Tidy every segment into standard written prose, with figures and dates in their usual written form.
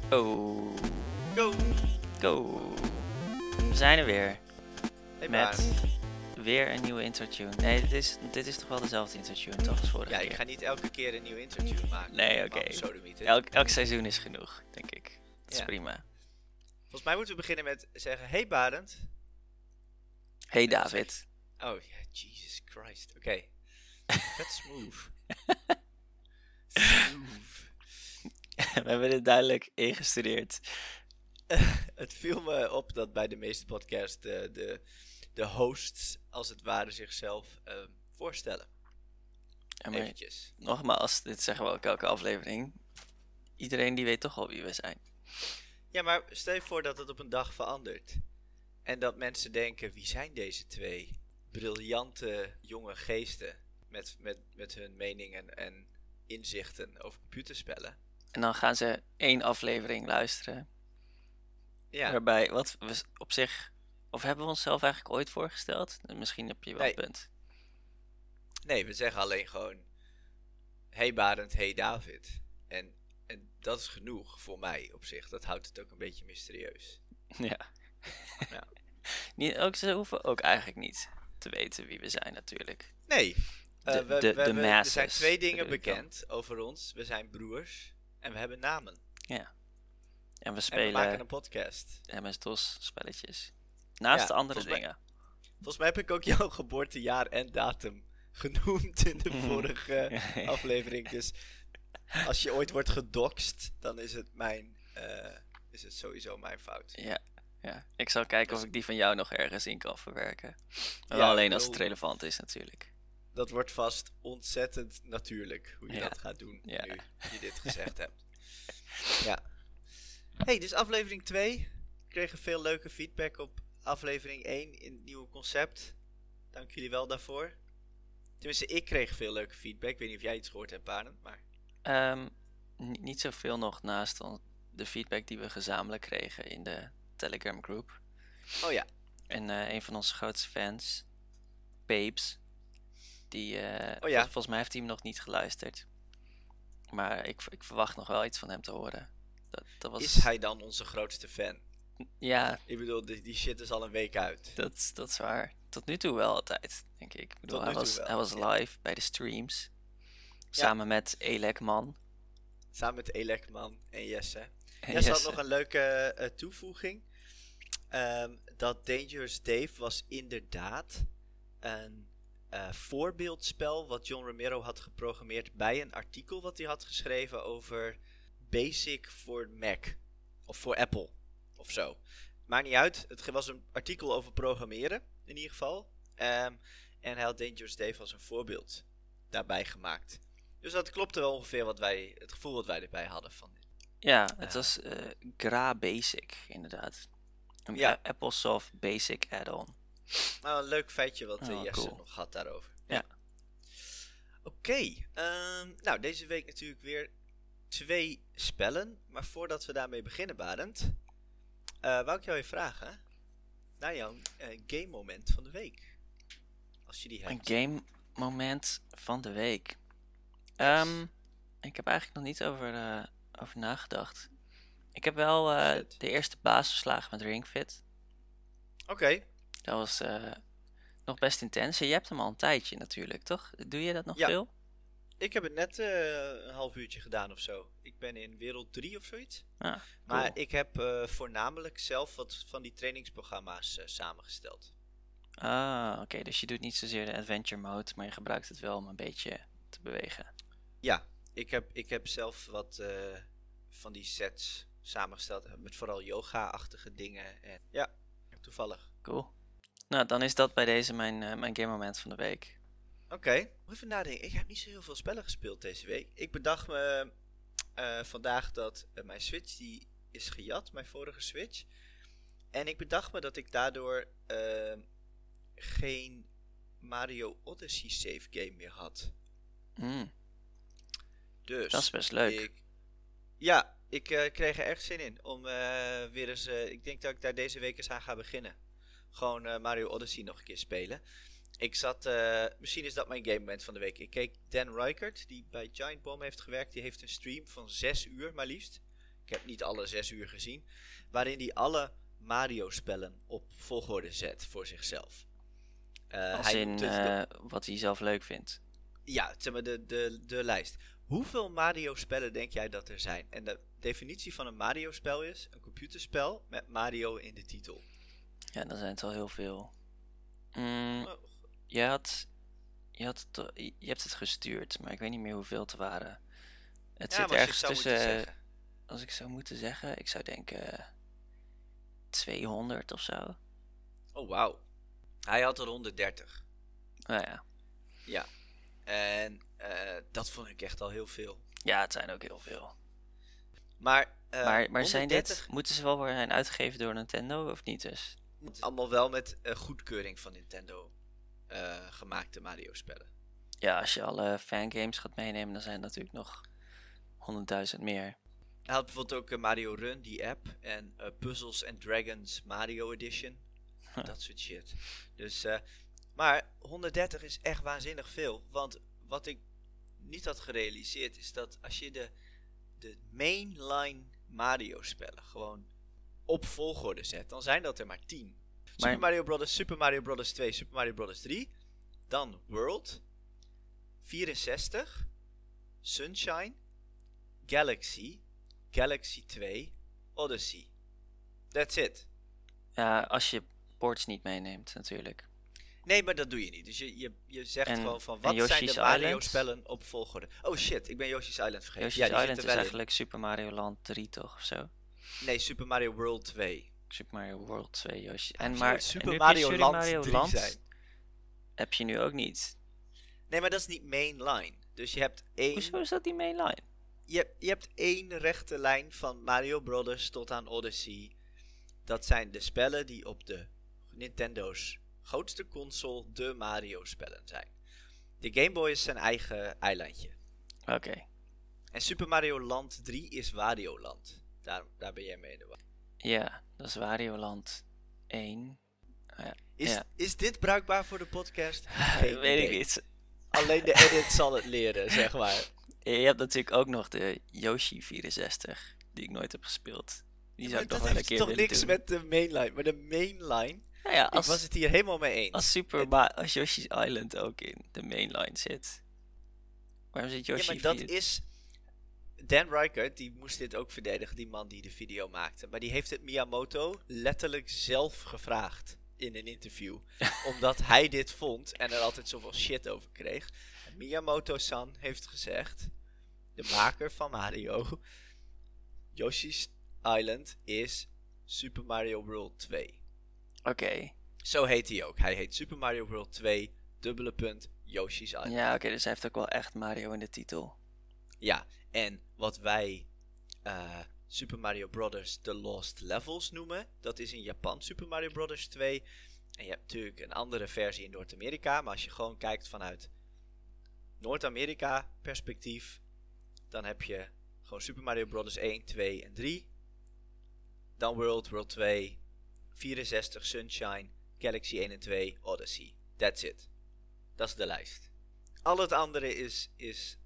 Oh, Go! go. We zijn er weer. Hey, Met weer een nieuwe intro-tune. Nee, dit is toch wel dezelfde intro-tune, toch? Als vorige Ja, keer. ik ga niet elke keer een nieuwe intro-tune maken. Nee, oké. Elk seizoen is genoeg, denk ik. Dat is prima. Volgens mij moeten we beginnen met zeggen... Hey Barend. Hey David. Oh, ja, Jesus Christ. Oké. Vet smooth. We hebben dit duidelijk ingestudeerd. Het viel me op dat bij de meeste podcasts de hosts als het ware zichzelf voorstellen. Ja, maar Eventjes. nogmaals, dit zeggen we ook elke aflevering. Iedereen die weet toch al wie we zijn. Ja, maar stel je voor dat het op een dag verandert. En dat mensen denken, wie zijn deze twee briljante jonge geesten met hun meningen en inzichten over computerspellen. En dan gaan ze 1 aflevering luisteren. Ja, Waarbij, wat we op zich... Of hebben we onszelf eigenlijk ooit voorgesteld? Misschien heb je wel Nee. een punt. nee, we zeggen alleen gewoon, hey Barend, hey David. En dat is genoeg voor mij op zich. Dat houdt het ook een beetje mysterieus. Ja. Ja. Ze hoeven ook eigenlijk niet te weten wie we zijn natuurlijk. Nee, De er masses zijn 2 dingen bedoel ik dan. bekend over ons. We zijn broers en we hebben namen. Ja. En we En we spelen maken een podcast. MS-DOS spelletjes. Naast Ja, de andere volgens mij- dingen. Volgens mij heb ik ook jouw geboortejaar en datum genoemd in de vorige aflevering. Dus als je ooit wordt gedoxt, dan is het is het sowieso mijn fout. Ja. Ik zal kijken Dus- of ik die van jou nog ergens in kan verwerken. Maar Ja, wel alleen ik als het bedoel- relevant is natuurlijk. Dat wordt vast ontzettend natuurlijk hoe je Ja. dat gaat doen Ja. nu je dit gezegd hebt. Ja. Hey, dit is aflevering 2. We kregen veel leuke feedback op aflevering 1 in het nieuwe concept. Dank jullie wel daarvoor. Tenminste, ik kreeg veel leuke feedback. Ik weet niet of jij iets gehoord hebt, Barend, maar... Niet zoveel nog naast de feedback die we gezamenlijk kregen in de Telegram groep. Oh ja. En een van onze grootste fans, Papes, die, Oh ja. volgens mij heeft hij hem nog niet geluisterd. Maar ik verwacht nog wel iets van hem te horen. Dat was... Is hij dan onze grootste fan? Ja, Ik bedoel, die shit is al een week uit. dat is waar. Tot nu toe wel altijd, denk ik. Ik bedoel, Tot nu toe wel, hij was ja. live bij de streams. Samen met Elekman. Samen met Elekman en Jesse. En Jesse had Jesse. nog een leuke toevoeging. Dat Dangerous Dave was inderdaad een voorbeeldspel wat John Romero had geprogrammeerd bij een artikel wat hij had geschreven over Basic voor Mac. Of voor Apple. Of zo. Maakt niet uit. Het was een artikel over programmeren. In ieder geval. En hij had Dangerous Dave als een voorbeeld daarbij gemaakt. Dus dat klopte wel ongeveer het gevoel wat wij erbij hadden. Ja, het was Gra Basic, inderdaad. Een Ja. Applesoft Basic add-on. Nou, een leuk feitje wat Oh, Jesse cool. nog had daarover. Ja. Oké, nou deze week natuurlijk weer 2 spellen. Maar voordat we daarmee beginnen, Barend, wou ik jou even vragen naar jouw game moment van de week. Als je die Een hebt. game moment van de week. Ik heb eigenlijk nog niet over nagedacht. Ik heb wel Shit. de eerste baas verslagen met Ring Fit. Oké, Dat was nog best intens. Je hebt hem al een tijdje natuurlijk, toch? Doe je dat nog Ja. veel? ik heb het net een half uurtje gedaan of zo. Ik ben in wereld 3 of zoiets. Ah, Maar cool. ik heb voornamelijk zelf wat van die trainingsprogramma's samengesteld. Ah, oké. Dus je doet niet zozeer de adventure mode, maar je gebruikt het wel om een beetje te bewegen. Ja, ik heb zelf wat van die sets samengesteld. Met vooral yoga-achtige dingen. En ja, toevallig. Cool. Nou, dan is dat bij deze mijn game moment van de week. Oké, even nadenken. Ik heb niet zo heel veel spellen gespeeld deze week. Ik bedacht me vandaag dat mijn Switch die is gejat, mijn vorige Switch. En ik bedacht me dat ik daardoor geen Mario Odyssey save game meer had. Dus Dat is best leuk. Ik kreeg er echt zin in om weer eens... ik denk dat ik daar deze week eens aan ga beginnen. Gewoon Mario Odyssey nog een keer spelen. Ik zat... misschien is dat mijn game moment van de week. Ik keek Dan Reichert, die bij Giant Bomb heeft gewerkt. Die heeft een stream van 6 uur maar liefst. Ik heb niet alle 6 uur gezien. Waarin hij alle Mario-spellen op volgorde zet voor zichzelf. Als hij in noemt het wat hij zelf leuk vindt. ja, zeg maar de lijst. Hoeveel Mario-spellen denk jij dat er zijn? En de definitie van een Mario-spel is een computerspel met Mario in de titel. Ja, dan zijn het al heel veel. Mm, Oh, je hebt het gestuurd, maar ik weet niet meer hoeveel het waren. Het ja, zit maar als je ergens het zou moeten tussen, zeggen. als ik zou moeten zeggen, ik zou denken 200 of zo. Oh, wauw. Hij had er 130. Nou ja. Ja. En dat vond ik echt al heel veel. Ja, het zijn ook heel veel. Maar, Maar zijn 130 moeten ze wel weer zijn uitgegeven door Nintendo of niet dus? allemaal wel met goedkeuring van Nintendo gemaakte Mario-spellen. Ja, als je alle fangames gaat meenemen, dan zijn er natuurlijk nog 100.000 meer. Hij had bijvoorbeeld ook Mario Run, die app. En Puzzles and Dragons Mario Edition. Dat soort shit. Dus, maar 130 is echt waanzinnig veel. Want wat ik niet had gerealiseerd is dat als je de mainline Mario spellen gewoon op volgorde zet, dan zijn dat er maar 10. Super Mario Bros., Super Mario Bros. 2, Super Mario Bros. 3. Dan World. 64. Sunshine. Galaxy. Galaxy 2. Odyssey. That's it. Ja, als je ports niet meeneemt natuurlijk. Nee, maar dat doe je niet. Dus je zegt gewoon van wat zijn Yoshi's de Mario Island? spellen op volgorde. Oh shit, ik ben Yoshi's Island vergeten. Yoshi's ja, die Island zit is er wel eigenlijk Super Mario Land 3 toch of zo? in. Nee, Super Mario World 2. Super Mario World 2 Yoshi. Hoe En zou maar het Super nu Mario Super Land Mario 3 Land zijn? heb je nu ook niet. Nee, maar dat is niet mainline. Dus je hebt één... Hoezo is dat die mainline? Je hebt één rechte lijn van Mario Brothers tot aan Odyssey. Dat zijn de spellen die op de Nintendo's grootste console de Mario spellen zijn. De Game Boy is zijn eigen eilandje. Oké. En Super Mario Land 3 is Wario Land. Daar ben jij mee in de war. Ja, dat is Wario Land 1. Is dit bruikbaar voor de podcast? Weet ik idee. niet. Alleen de edit zal het leren, zeg maar. Je hebt natuurlijk ook nog de Yoshi 64, die ik nooit heb gespeeld. Die zou ik nog dat wel een keer heeft toch willen niks doen. met de mainline. Maar de mainline, Nou ja, ik was het hier helemaal mee eens. als Yoshi's Island ook in de mainline zit. Waarom zit Yoshi Ja, maar dat is... Dan Reichert, die moest dit ook verdedigen, die man die de video maakte. Maar die heeft het Miyamoto letterlijk zelf gevraagd in een interview. Omdat hij dit vond en er altijd zoveel shit over kreeg. En Miyamoto-san heeft gezegd, de maker van Mario, Yoshi's Island is Super Mario World 2. Oké. Zo heet hij ook. Hij heet Super Mario World 2, Yoshi's Island. Ja, oké, dus hij heeft ook wel echt Mario in de titel. Ja, en wat wij Super Mario Bros. The Lost Levels noemen, dat is in Japan Super Mario Bros. 2. En je hebt natuurlijk een andere versie in Noord-Amerika, maar als je gewoon kijkt vanuit Noord-Amerika perspectief, dan heb je gewoon Super Mario Bros. 1, 2 en 3. Dan World 2, 64, Sunshine, Galaxy 1 en 2, Odyssey. That's it. Dat is de lijst. Al het andere is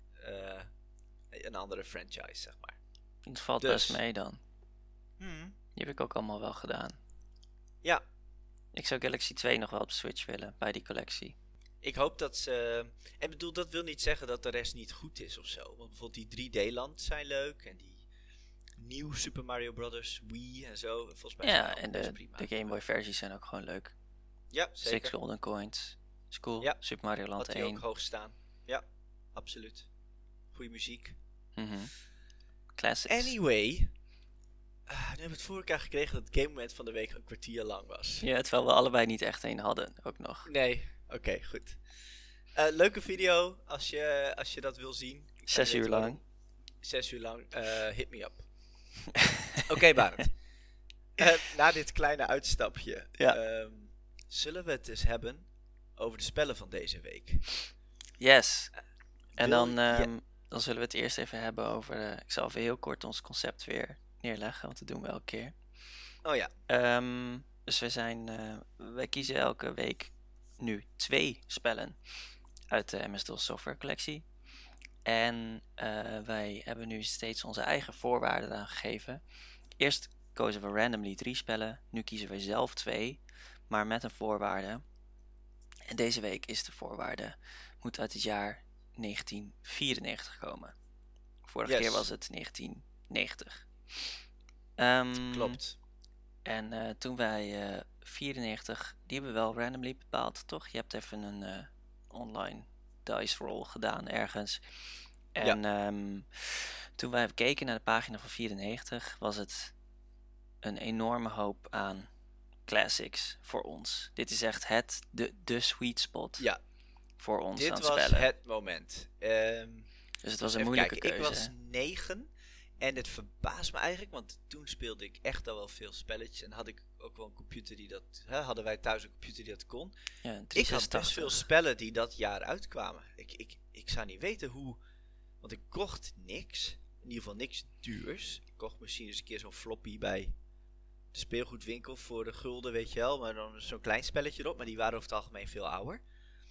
een andere franchise, zeg maar. Het valt Dus. best mee dan. Die heb ik ook allemaal wel gedaan. Ja. Ik zou Galaxy 2 nog wel op Switch willen, bij die collectie. Ik hoop dat ze... En bedoel, dat wil niet zeggen dat de rest niet goed is of zo. Want bijvoorbeeld die 3D-land zijn leuk. En die nieuw Super Mario Bros. Wii en zo. Volgens mij zijn Ja, die en best prima. de Game Boy versies zijn ook gewoon leuk. Ja, 6 zeker. Golden Coins. Is cool. Ja. Super Mario Land Had die 1. ook hoog staan. Ja, absoluut. Goeie muziek. Classics. Anyway. Nu hebben we het voor elkaar gekregen dat het game moment van de week een kwartier lang was. Ja, terwijl we allebei niet echt één hadden, ook nog. Nee, oké, goed. Leuke video, als je dat wil zien. 6 uur lang. 6 uur lang, hit me up. Oké, Barend. Na dit kleine uitstapje, zullen we het eens hebben over de spellen van deze week. Yes. En Wil dan zullen we het eerst even hebben over... ik zal even heel kort ons concept weer neerleggen, want dat doen we elke keer. Oh ja. Dus wij kiezen elke week nu 2 spellen uit de MS-DOS software collectie. En wij hebben nu steeds onze eigen voorwaarden aangegeven. Eerst kozen we randomly 3 spellen. Nu kiezen we zelf 2, maar met een voorwaarde. En deze week is de voorwaarde: moet uit het jaar 1994 komen. Vorige keer was het 1990. Klopt. En toen wij 94, die hebben we wel randomly bepaald, toch? Je hebt even een online dice roll gedaan ergens. En toen wij keken naar de pagina van 94, was het een enorme hoop aan classics voor ons. Dit is echt de sweet spot voor ons dit aan was spellen. Het moment. Dus het was een moeilijke keuze. Ik was 9 en het verbaast me eigenlijk, want toen speelde ik echt al wel veel spelletjes en had ik ook wel een computer die dat... hadden wij thuis een computer die dat kon. Ja, ik had best veel spellen die dat jaar uitkwamen. Ik zou niet weten hoe... Want ik kocht niks. In ieder geval niks duurs. Ik kocht misschien eens een keer zo'n floppy bij de speelgoedwinkel voor de gulden, weet je wel. Maar dan zo'n klein spelletje erop. Maar die waren over het algemeen veel ouder.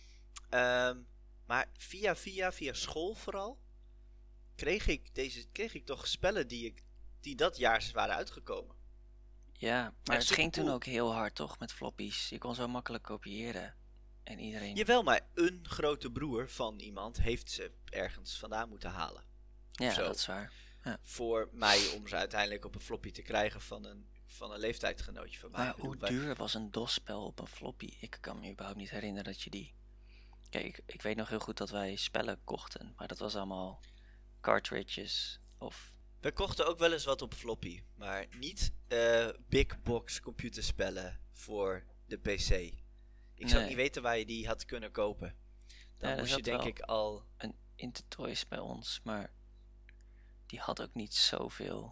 Maar via school vooral kreeg ik toch spellen die dat jaar waren uitgekomen. Ja, maar het ging toen ook heel hard, toch? Met floppies. Je kon zo makkelijk kopiëren. En iedereen... Jawel, maar een grote broer van iemand heeft ze ergens vandaan moeten halen. Ja, dat is waar. Ja. Voor mij om ze uiteindelijk op een floppy te krijgen van een leeftijdsgenootje van mij. Maar hoe duur was een DOS-spel op een floppy? Ik kan me überhaupt niet herinneren dat je die... Kijk, ik weet nog heel goed dat wij spellen kochten. Maar dat was allemaal cartridges of... We kochten ook wel eens wat op floppy. Maar niet big box computerspellen voor de PC. Ik zou niet weten waar je die had kunnen kopen. Dan moest je denk ik al... een Intertoys bij ons, maar die had ook niet zoveel.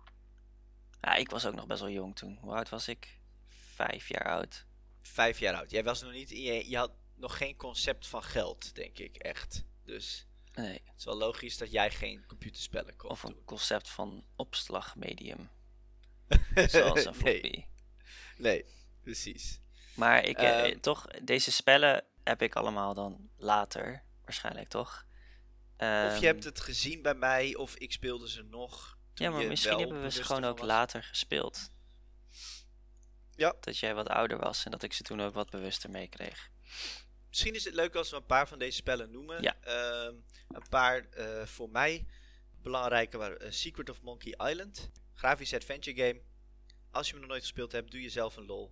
Ja, ik was ook nog best wel jong toen. Hoe oud was ik? 5 jaar oud. 5 jaar oud. Jij was nog niet... Je had nog geen concept van geld, denk ik, echt. Dus nee. Het is wel logisch dat jij geen computerspellen kocht. Of een concept van opslagmedium. Zoals een floppy. Nee, precies. Maar ik toch, deze spellen heb ik allemaal dan later, waarschijnlijk toch? Of je hebt het gezien bij mij, of ik speelde ze nog. Ja, maar misschien hebben we ze gewoon ook later gespeeld. Ja. Dat jij wat ouder was en dat ik ze toen ook wat bewuster meekreeg. Misschien is het leuk als we een paar van deze spellen noemen. Ja. Een paar voor mij belangrijke waren Secret of Monkey Island. Grafisch adventure game. Als je hem nog nooit gespeeld hebt, doe jezelf een lol.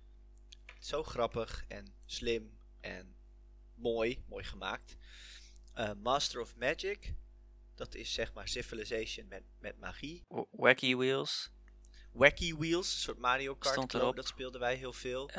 Zo grappig en slim en mooi gemaakt. Master of Magic. Dat is zeg maar Civilization met magie. Wacky Wheels. Wacky Wheels, een soort Mario Kart. Stond erop. Dat speelden wij heel veel.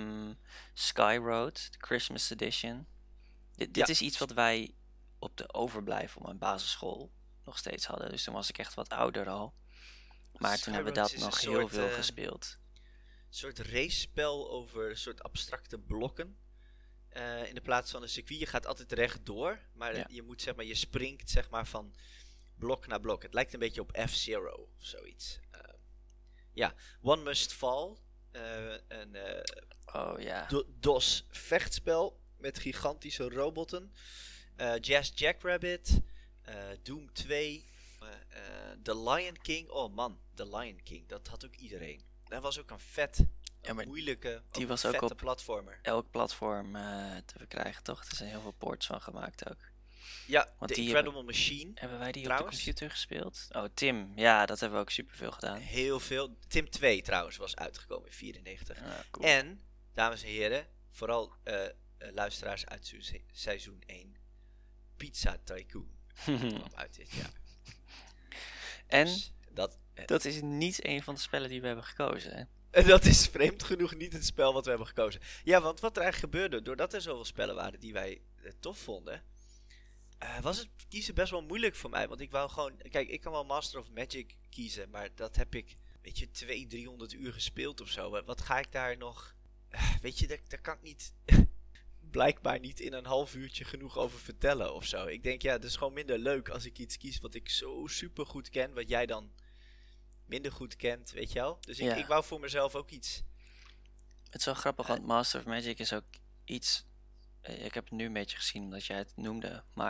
Sky Road, de Christmas Edition. Dit is iets wat wij op de overblijf van mijn basisschool nog steeds hadden. Dus toen was ik echt wat ouder al. Maar toen hebben we dat nog heel veel gespeeld. Een soort racespel over een soort abstracte blokken. In de plaats van een circuit, je gaat altijd rechtdoor. Maar je moet zeg maar, je springt zeg maar van blok naar blok. Het lijkt een beetje op F-Zero of zoiets. One Must Fall. DOS vechtspel met gigantische robotten. Jazz Jackrabbit. Doom 2. The Lion King. Oh man, The Lion King. Dat had ook iedereen. Dat was ook een moeilijke, die was ook op platformer. Elk platform te verkrijgen, toch? Er zijn heel veel ports van gemaakt ook. Ja, want The Incredible Machine. Hebben wij die trouwens op de computer gespeeld? Oh, Tim. Ja, dat hebben we ook superveel gedaan. Heel veel. Tim 2 trouwens was uitgekomen in 94. Cool. En, dames en heren, vooral luisteraars uit seizoen 1. Pizza Tycoon. kwam uit dit jaar. En dus dat is niet een van de spellen die we hebben gekozen, hè? En dat is vreemd genoeg niet het spel wat we hebben gekozen. Ja, want wat er eigenlijk gebeurde, doordat er zoveel spellen waren die wij tof vonden, was het kiezen best wel moeilijk voor mij. Want ik wou gewoon... Kijk, ik kan wel Master of Magic kiezen, maar dat heb ik, 200-300 uur gespeeld of zo. Wat ga ik daar nog... Weet je, daar kan ik niet... blijkbaar niet in een half uurtje genoeg over vertellen of zo. Ik denk, het is gewoon minder leuk als ik iets kies wat ik zo super goed ken, wat jij dan minder goed kent, weet je wel? Dus ik wou voor mezelf ook iets... Het is wel grappig, want Master of Magic is ook iets... Ik heb het nu een beetje gezien omdat jij het noemde, maar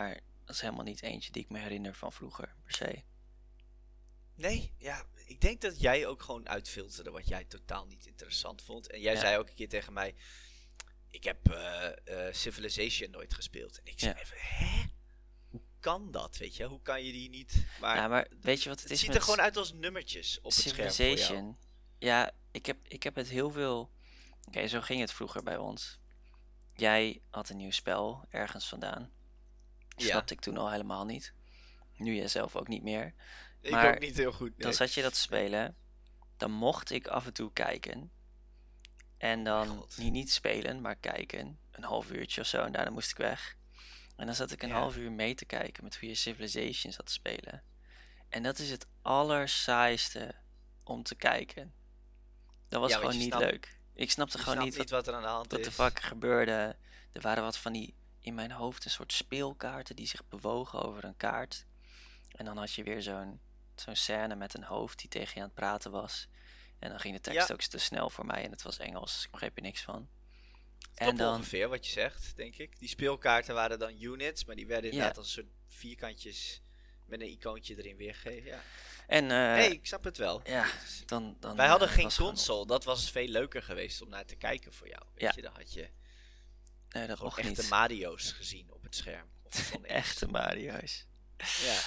dat is helemaal niet eentje die ik me herinner van vroeger, per se. Nee, ja, ik denk dat jij ook gewoon uitfilterde wat jij totaal niet interessant vond. En jij zei ook een keer tegen mij, ik heb Civilization nooit gespeeld. En ik zei even, hè? Hoe kan dat, weet je? Hoe kan je die niet... Maar weet je wat het is ziet met er gewoon uit als nummertjes op het scherm voor jou. Civilization? Ja, ik heb het heel veel... Oké, zo ging het vroeger bij ons. Jij had een nieuw spel ergens vandaan. Snapte ik toen al helemaal niet. Nu jij zelf ook niet meer. Ik ook niet heel goed. Nee. Dan zat je dat te spelen. Dan mocht ik af en toe kijken. En dan niet spelen, maar kijken. Een half uurtje of zo. En daarna moest ik weg. En dan zat ik een half uur mee te kijken met hoe je Civilization zat te spelen. En dat is het allersaaiste om te kijken. Dat was gewoon niet leuk. Ik snapte gewoon niet wat er aan de hand is. Wat de fuck gebeurde. Er waren wat van die, in mijn hoofd, een soort speelkaarten die zich bewogen over een kaart. En dan had je weer zo'n scène met een hoofd die tegen je aan het praten was. En dan ging de tekst ook te snel voor mij en het was Engels, dus ik begreep er niks van. En dan ongeveer wat je zegt, denk ik. Die speelkaarten waren dan units, maar die werden inderdaad als een soort vierkantjes met een icoontje erin weergegeven. Ja. En, nee, ik snap het wel. Ja, dan wij hadden geen console, dat was veel leuker geweest om naar te kijken voor jou. Weet je, dan had je dat mocht echte niet. Mario's gezien op het scherm. Echte Mario's. Ja.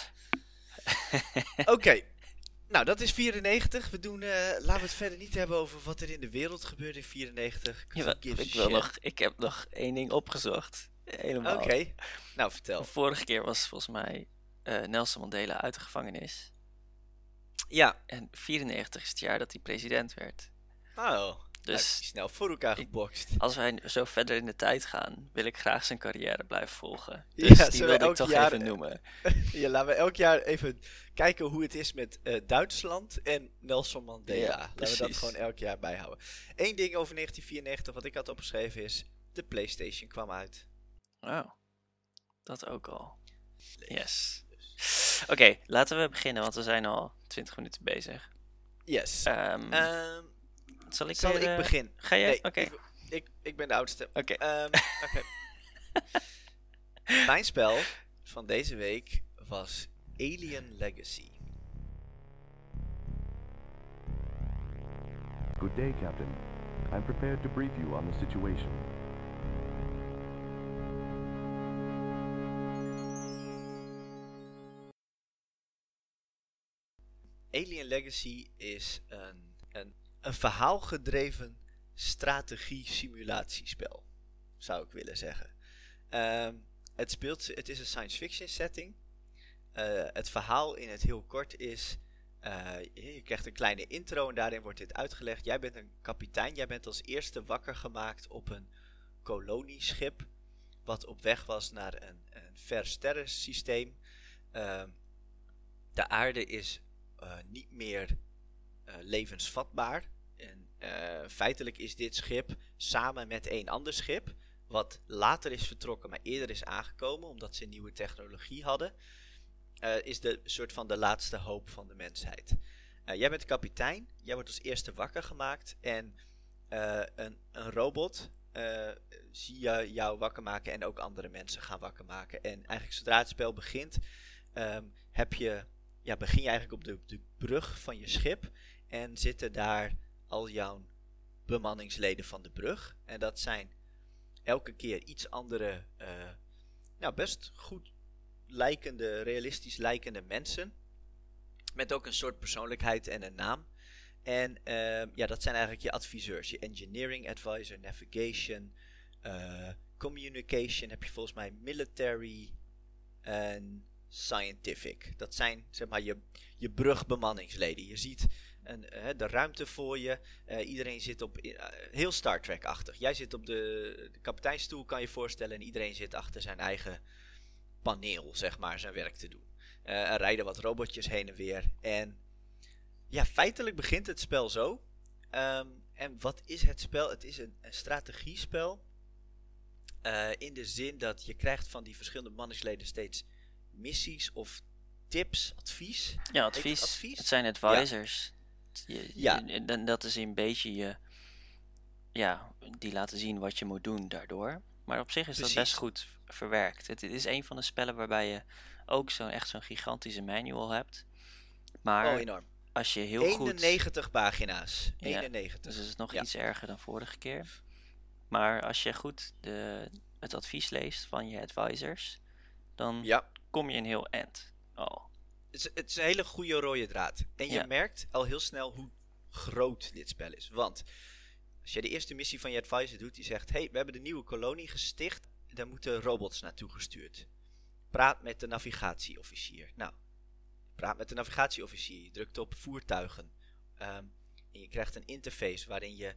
Oké. Nou, dat is 94. Laten we het verder niet hebben over wat er in de wereld gebeurde in 94. Ik heb nog één ding opgezocht. Helemaal. Oké. Nou, vertel. De vorige keer was volgens mij Nelson Mandela uit de gevangenis. Ja. En 94 is het jaar dat hij president werd. Oh, dus snel voor elkaar gebokst. Als wij zo verder in de tijd gaan, wil ik graag zijn carrière blijven volgen. Dus die wilde ik toch even noemen. Ja, laten we elk jaar even kijken hoe het is met Duitsland en Nelson Mandela. Ja, laten we dat gewoon elk jaar bijhouden. Eén ding over 1994 wat ik had opgeschreven is, de PlayStation kwam uit. Oh, dat ook al. Yes. Oké, laten we beginnen, want we zijn al 20 minuten bezig. Yes. Zal ik beginnen? Ga jij? Nee, Oké. Ik ben de oudste. Oké. Mijn spel van deze week was Alien Legacy. Good day, Captain. I'm prepared to brief you on the situation. Alien Legacy is een verhaalgedreven strategie-simulatiespel, zou ik willen zeggen. Het is een science fiction setting. Het verhaal in het heel kort is, je krijgt een kleine intro en daarin wordt dit uitgelegd. Jij bent een kapitein, jij bent als eerste wakker gemaakt op een kolonieschip, wat op weg was naar een ver sterrensysteem. De aarde is niet meer levensvatbaar. En feitelijk is dit schip samen met één ander schip, wat later is vertrokken, maar eerder is aangekomen, omdat ze nieuwe technologie hadden, is de soort van de laatste hoop van de mensheid. Jij bent kapitein, jij wordt als eerste wakker gemaakt en een robot zie je jou wakker maken en ook andere mensen gaan wakker maken. En eigenlijk zodra het spel begint, begin je eigenlijk op de brug van je schip en zitten daar al jouw bemanningsleden van de brug. En dat zijn elke keer iets andere, best goed lijkende, realistisch lijkende mensen. Met ook een soort persoonlijkheid en een naam. En dat zijn eigenlijk je adviseurs. Je engineering advisor, navigation, communication heb je volgens mij military en scientific. Dat zijn zeg maar je brugbemanningsleden. Je ziet de ruimte voor je. Iedereen zit op... heel Star Trek-achtig. Jij zit op de kapiteinstoel, kan je voorstellen. En iedereen zit achter zijn eigen paneel, zeg maar, zijn werk te doen. Er rijden wat robotjes heen en weer. En ja, feitelijk begint het spel zo. En wat is het spel? Het is een strategiespel. In de zin dat je krijgt van die verschillende bemanningsleden steeds missies of tips, advies. Ja, advies. Het zijn advisors. Dat is een beetje die laten zien wat je moet doen daardoor. Maar op zich is dat Precies. best goed verwerkt. Het is een van de spellen waarbij je ook echt zo'n gigantische manual hebt. Maar enorm. als je heel 91 pagina's. Ja, 91. dus het is nog Ja. iets erger dan vorige keer. Maar als je goed het advies leest van je advisors, dan Ja. kom je een heel eind. Het is een hele goede rode draad. En je Ja. merkt al heel snel hoe groot dit spel is. Want als je de eerste missie van je advisor doet, die zegt: hey, we hebben de nieuwe kolonie gesticht. Daar moeten robots naartoe gestuurd. Praat met de navigatieofficier. Nou, praat met de navigatieofficier. Je drukt op voertuigen. En je krijgt een interface waarin je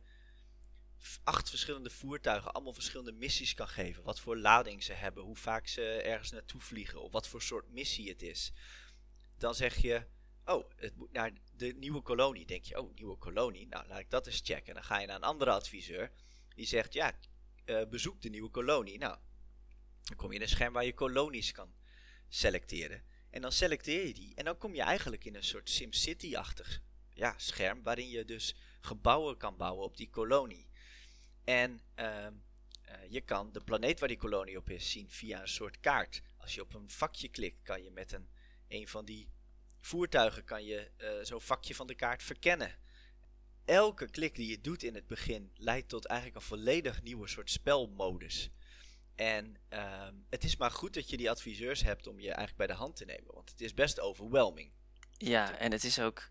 8 verschillende voertuigen allemaal verschillende missies kan geven. Wat voor lading ze hebben, hoe vaak ze ergens naartoe vliegen, of wat voor soort missie het is. Dan zeg je: oh, het moet naar de nieuwe kolonie. Denk je: oh, nieuwe kolonie, nou laat ik dat eens checken. Dan ga je naar een andere adviseur. Die zegt: ja, bezoek de nieuwe kolonie. Nou, dan kom je in een scherm waar je kolonies kan selecteren. En dan selecteer je die. En dan kom je eigenlijk in een soort SimCity-achtig scherm. Waarin je dus gebouwen kan bouwen op die kolonie. En je kan de planeet waar die kolonie op is zien via een soort kaart. Als je op een vakje klikt, kan je met een van die voertuigen kan je zo'n vakje van de kaart verkennen. Elke klik die je doet in het begin leidt tot eigenlijk een volledig nieuwe soort spelmodus. En het is maar goed dat je die adviseurs hebt om je eigenlijk bij de hand te nemen. Want het is best overwhelming. Ja, en het is ook...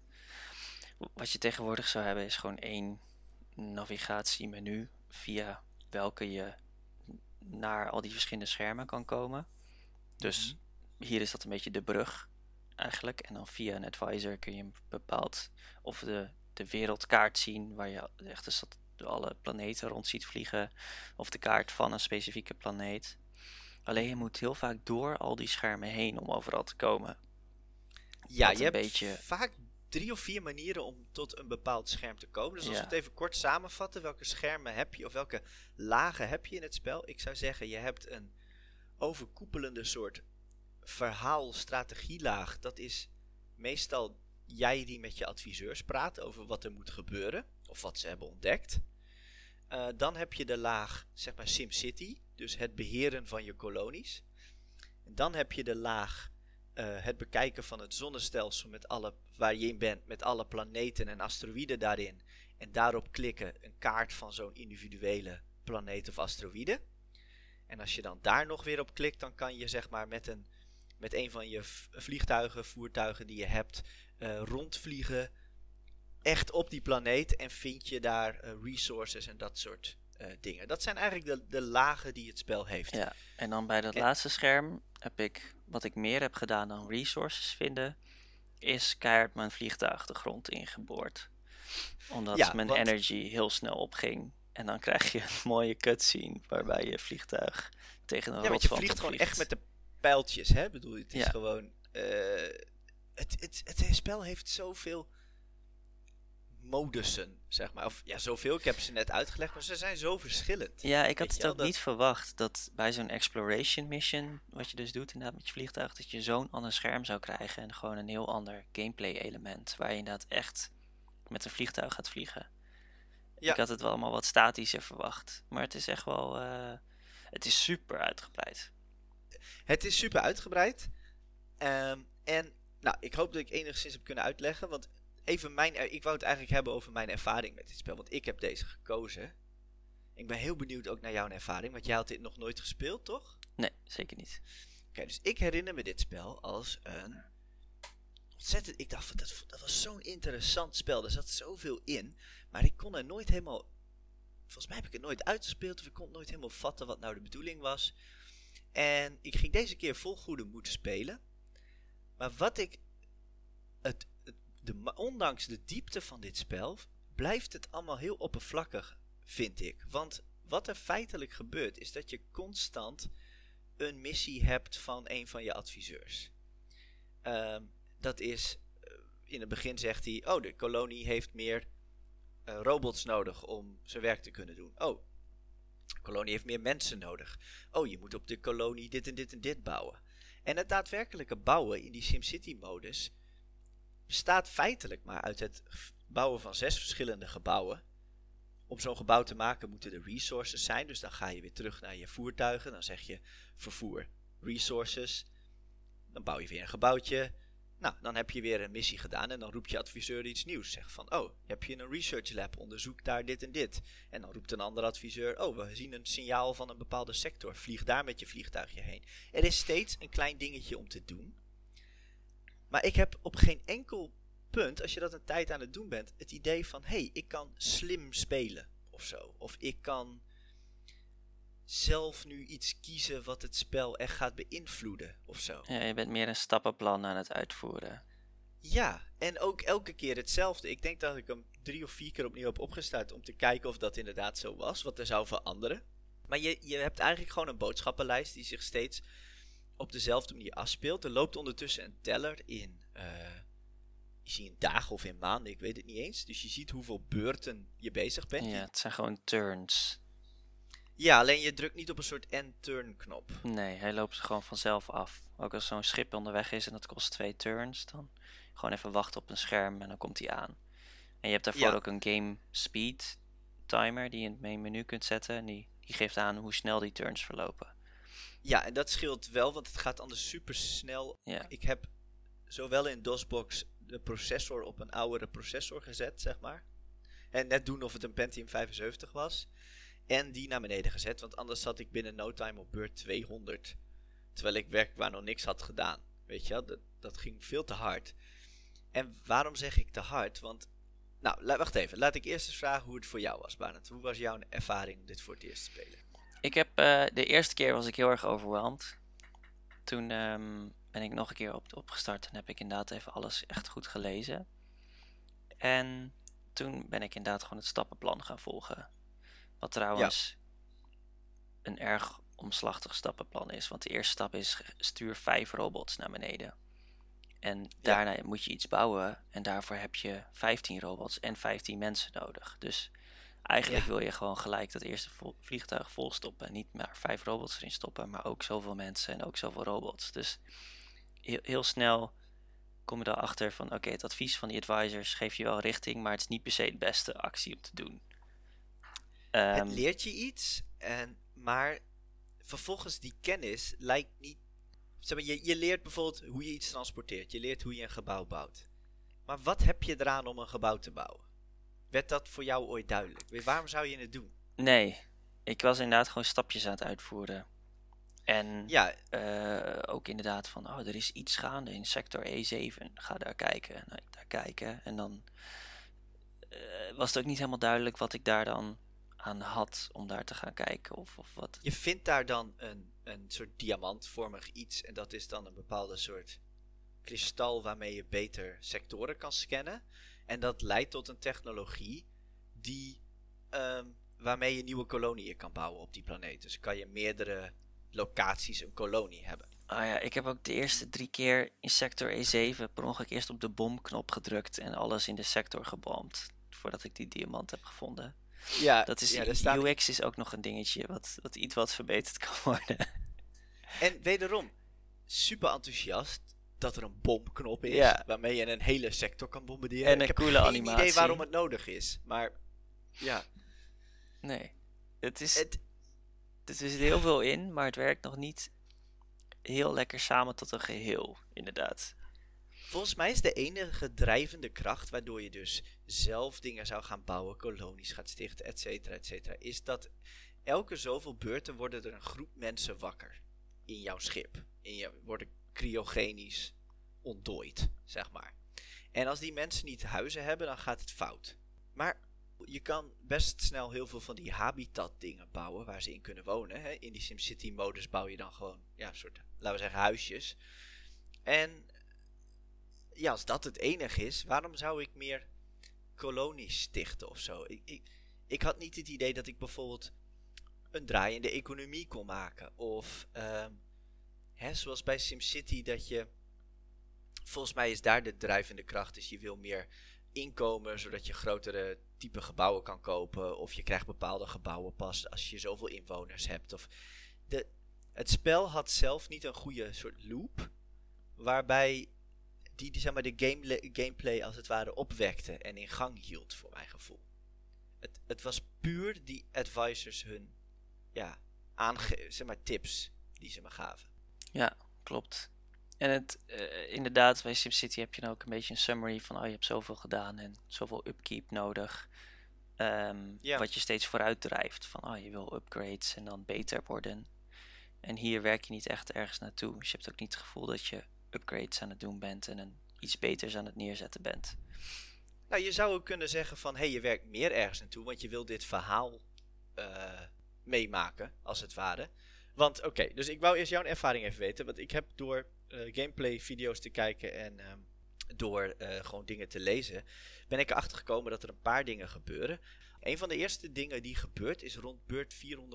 Wat je tegenwoordig zou hebben is gewoon 1 navigatiemenu via welke je naar al die verschillende schermen kan komen. Dus hier is dat een beetje de brug eigenlijk. En dan via een advisor kun je bepaald of de wereldkaart zien waar je echt dus alle planeten rond ziet vliegen. Of de kaart van een specifieke planeet. Alleen je moet heel vaak door al die schermen heen om overal te komen. Ja, Wat je een hebt beetje... vaak 3 of 4 manieren om tot een bepaald scherm te komen. Dus als Ja. we het even kort samenvatten, welke schermen heb je of welke lagen heb je in het spel? Ik zou zeggen, je hebt een overkoepelende soort verhaal-strategielaag. Dat is meestal jij die met je adviseurs praat over wat er moet gebeuren of wat ze hebben ontdekt. Dan heb je de laag, zeg maar SimCity, dus het beheren van je kolonies. En dan heb je de laag het bekijken van het zonnestelsel waar je in bent, met alle planeten en asteroïden daarin. En daarop klikken een kaart van zo'n individuele planeet of asteroïde. En als je dan daar nog weer op klikt, dan kan je zeg maar met een van je voertuigen die je hebt, rondvliegen. Echt op die planeet en vind je daar resources en dat soort dingen. Dat zijn eigenlijk de lagen die het spel heeft. Ja, en dan bij dat laatste scherm wat ik meer heb gedaan dan resources vinden, is keihard mijn vliegtuig de grond ingeboord. Omdat mijn energy heel snel opging. En dan krijg je een mooie cutscene waarbij je vliegtuig tegen een rotswand vliegt gewoon echt met de pijltjes, hè? Ik bedoel, het is gewoon... Het spel heeft zoveel modussen, zeg maar. Of ja, zoveel. Ik heb ze net uitgelegd, maar ze zijn zo verschillend. Ja, ik had het ook niet verwacht dat bij zo'n exploration mission, wat je dus doet inderdaad met je vliegtuig, dat je zo'n ander scherm zou krijgen en gewoon een heel ander gameplay element, waar je inderdaad echt met een vliegtuig gaat vliegen. Ja. Ik had het wel allemaal wat statischer verwacht, maar het is echt wel, het is super uitgebreid. Het is super uitgebreid. En nou, ik hoop dat ik enigszins heb kunnen uitleggen, want ik wou het eigenlijk hebben over mijn ervaring met dit spel, want ik heb deze gekozen. Ik ben heel benieuwd ook naar jouw ervaring, want jij had dit nog nooit gespeeld, toch? Nee, zeker niet. Oké, dus ik herinner me dit spel als een ontzettend... Ik dacht, dat was zo'n interessant spel, er zat zoveel in, maar ik kon er nooit helemaal... Volgens mij heb ik het nooit uitgespeeld, of ik kon nooit helemaal vatten wat nou de bedoeling was. En ik ging deze keer vol goede moed spelen. Maar wat ik... ondanks de diepte van dit spel blijft het allemaal heel oppervlakkig, vind ik. Want wat er feitelijk gebeurt is dat je constant een missie hebt van een van je adviseurs. Dat is, in het begin zegt hij, oh, de kolonie heeft meer robots nodig om zijn werk te kunnen doen. Oh, de kolonie heeft meer mensen nodig. Oh, je moet op de kolonie dit en dit en dit bouwen. En het daadwerkelijke bouwen in die SimCity-modus bestaat feitelijk maar uit het bouwen van 6 verschillende gebouwen om zo'n gebouw te maken moeten er resources zijn. Dus dan ga je weer terug naar je voertuigen. Dan zeg je vervoer resources. Dan bouw je weer een gebouwtje. Nou, dan heb je weer een missie gedaan en dan roept je adviseur iets nieuws. Zeg van, heb je een research lab, onderzoek daar dit en dit. En dan roept een andere adviseur, we zien een signaal van een bepaalde sector. Vlieg daar met je vliegtuigje heen. Er is steeds een klein dingetje om te doen. Maar ik heb op geen enkel punt, als je dat een tijd aan het doen bent, het idee van, ik kan slim spelen of zo. Of ik kan zelf nu iets kiezen wat het spel echt gaat beïnvloeden of zo. Ja, je bent meer een stappenplan aan het uitvoeren. Ja, en ook elke keer hetzelfde. Ik denk dat ik hem 3 of 4 keer opnieuw heb opgestart om te kijken of dat inderdaad zo was, wat er zou veranderen. Maar je hebt eigenlijk gewoon een boodschappenlijst die zich steeds op dezelfde manier afspeelt. Er loopt ondertussen een teller in, je ziet in dagen of in maanden, ik weet het niet eens. Dus je ziet hoeveel beurten je bezig bent. Ja, het zijn gewoon turns. Ja, alleen je drukt niet op een soort end-turn knop. Nee, hij loopt gewoon vanzelf af. Ook als zo'n schip onderweg is en dat kost 2 turns, dan gewoon even wachten op een scherm en dan komt hij aan. En je hebt daarvoor ook een game speed timer die je in het main menu kunt zetten. En die geeft aan hoe snel die turns verlopen. Ja, en dat scheelt wel, want het gaat anders super snel. Ja. Ik heb zowel in DOSBox de processor op een oudere processor gezet, zeg maar. En net doen of het een Pentium 75 was. En die naar beneden gezet, want anders zat ik binnen no time op beurt 200. Terwijl ik werkbaar nog niks had gedaan. Weet je wel, dat ging veel te hard. En waarom zeg ik te hard? Want, wacht even. Laat ik eerst eens vragen hoe het voor jou was, Barend. Hoe was jouw ervaring om dit voor het eerst te spelen? Ik heb, de eerste keer was ik heel erg overweldigd. Toen ben ik nog een keer opgestart en heb ik inderdaad even alles echt goed gelezen. En toen ben ik inderdaad gewoon het stappenplan gaan volgen. Wat trouwens een erg omslachtig stappenplan is. Want de eerste stap is stuur 5 robots naar beneden. En daarna moet je iets bouwen. En daarvoor heb je 15 robots en 15 mensen nodig. Dus eigenlijk wil je gewoon gelijk dat eerste vliegtuig vol stoppen. Niet maar 5 robots erin stoppen, maar ook zoveel mensen en ook zoveel robots. Dus heel snel kom je erachter van oké, het advies van die advisors geeft je wel richting, maar het is niet per se de beste actie om te doen. Het leert je iets, maar vervolgens die kennis lijkt niet... Zeg maar, je leert bijvoorbeeld hoe je iets transporteert. Je leert hoe je een gebouw bouwt. Maar wat heb je eraan om een gebouw te bouwen? Werd dat voor jou ooit duidelijk? Waarom zou je het doen? Nee, ik was inderdaad gewoon stapjes aan het uitvoeren. En ook inderdaad van, er is iets gaande in sector E7. Ga daar kijken. Nou, daar kijken. En dan was het ook niet helemaal duidelijk wat ik daar dan aan had om daar te gaan kijken of wat. Je vindt daar dan een soort diamantvormig iets. En dat is dan een bepaalde soort kristal waarmee je beter sectoren kan scannen. En dat leidt tot een technologie die waarmee je nieuwe koloniën kan bouwen op die planeet. Dus kan je meerdere locaties een kolonie hebben. Ik heb ook de eerste 3 keer in sector E7 per ongeluk eerst op de bomknop gedrukt en alles in de sector gebomd. Voordat ik die diamant heb gevonden. Ja, dat is UX is ook nog een dingetje wat iets wat verbeterd kan worden. En wederom, super enthousiast dat er een bomknop is waarmee je een hele sector kan bombarderen. En ik heb geen idee waarom het nodig is, maar ja. Nee, er zit heel veel in, maar het werkt nog niet heel lekker samen tot een geheel, inderdaad. Volgens mij is de enige drijvende kracht waardoor je dus zelf dingen zou gaan bouwen, kolonies gaat stichten, et cetera, is dat elke zoveel beurten worden er een groep mensen wakker in jouw schip. Worden cryogenisch ontdooid, zeg maar. En als die mensen niet huizen hebben, dan gaat het fout. Maar je kan best snel heel veel van die habitat dingen bouwen waar ze in kunnen wonen. Hè? In die SimCity modus bouw je dan gewoon soort, laten we zeggen, huisjes. En als dat het enige is, waarom zou ik meer kolonies stichten of zo? Ik had niet het idee dat ik bijvoorbeeld een draaiende economie kon maken. Of zoals bij SimCity dat je... Volgens mij is daar de drijvende kracht. Dus je wil meer inkomen, zodat je grotere type gebouwen kan kopen. Of je krijgt bepaalde gebouwen pas als je zoveel inwoners hebt. Het spel had zelf niet een goede soort loop, waarbij die zeg maar de gameplay als het ware opwekte en in gang hield, voor mijn gevoel. Het was puur die advisors hun zeg maar tips die ze me gaven. Ja, klopt. En inderdaad, bij SimCity heb je dan ook een beetje een summary van, je hebt zoveel gedaan en zoveel upkeep nodig. Wat je steeds vooruit drijft. Van, je wil upgrades en dan beter worden. En hier werk je niet echt ergens naartoe. Dus je hebt ook niet het gevoel dat je upgrades aan het doen bent en iets beters aan het neerzetten bent. Nou, je zou ook kunnen zeggen van, je werkt meer ergens naartoe, want je wil dit verhaal meemaken, als het ware. Want oké, dus ik wou eerst jouw ervaring even weten, want ik heb door gameplay video's te kijken en door gewoon dingen te lezen, ben ik erachter gekomen dat er een paar dingen gebeuren. Een van de eerste dingen die gebeurt is rond beurt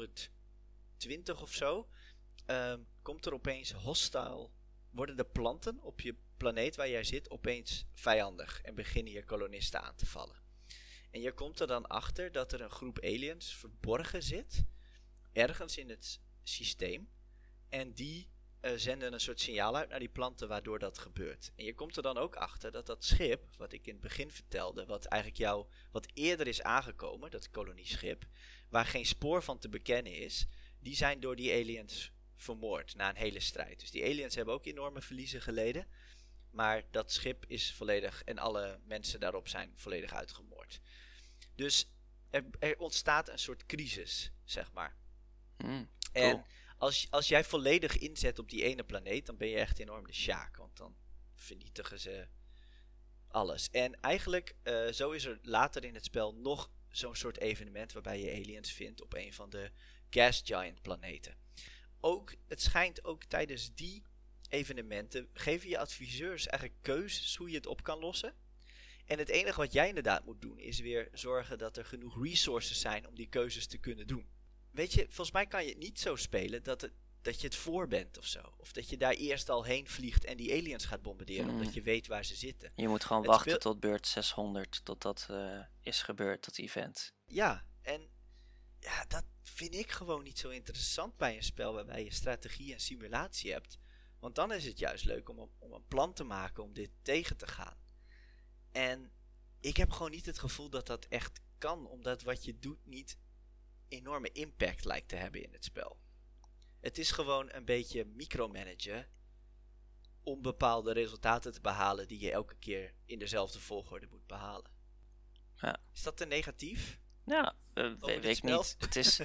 420 of zo, komt er opeens worden de planten op je planeet waar jij zit opeens vijandig en beginnen je kolonisten aan te vallen. En je komt er dan achter dat er een groep aliens verborgen zit, ergens in het systeem, en die zenden een soort signaal uit naar die planten waardoor dat gebeurt. En je komt er dan ook achter dat dat schip, wat ik in het begin vertelde, wat eigenlijk wat eerder is aangekomen, dat kolonieschip, waar geen spoor van te bekennen is, die zijn door die aliens vermoord na een hele strijd. Dus die aliens hebben ook enorme verliezen geleden, maar dat schip is volledig en alle mensen daarop zijn volledig uitgemoord. Dus er ontstaat een soort crisis, zeg maar. Cool. En als jij volledig inzet op die ene planeet, dan ben je echt enorm de sjaak, want dan vernietigen ze alles. En eigenlijk, zo is er later in het spel nog zo'n soort evenement waarbij je aliens vindt op een van de gas giant planeten. Het schijnt ook tijdens die evenementen geven je adviseurs eigenlijk keuzes hoe je het op kan lossen. En het enige wat jij inderdaad moet doen is weer zorgen dat er genoeg resources zijn om die keuzes te kunnen doen. Weet je, volgens mij kan je het niet zo spelen dat je het voor bent of zo. Of dat je daar eerst al heen vliegt en die aliens gaat bombarderen omdat je weet waar ze zitten. Je moet gewoon wachten tot beurt 600 tot dat is gebeurd, dat event. Ja, en dat vind ik gewoon niet zo interessant bij een spel waarbij je strategie en simulatie hebt. Want dan is het juist leuk om een plan te maken om dit tegen te gaan. En ik heb gewoon niet het gevoel dat dat echt kan, omdat wat je doet niet enorme impact lijkt te hebben in het spel. Het is gewoon een beetje micromanagen om bepaalde resultaten te behalen die je elke keer in dezelfde volgorde moet behalen. Ja. Is dat te negatief? Ja, weet ik niet.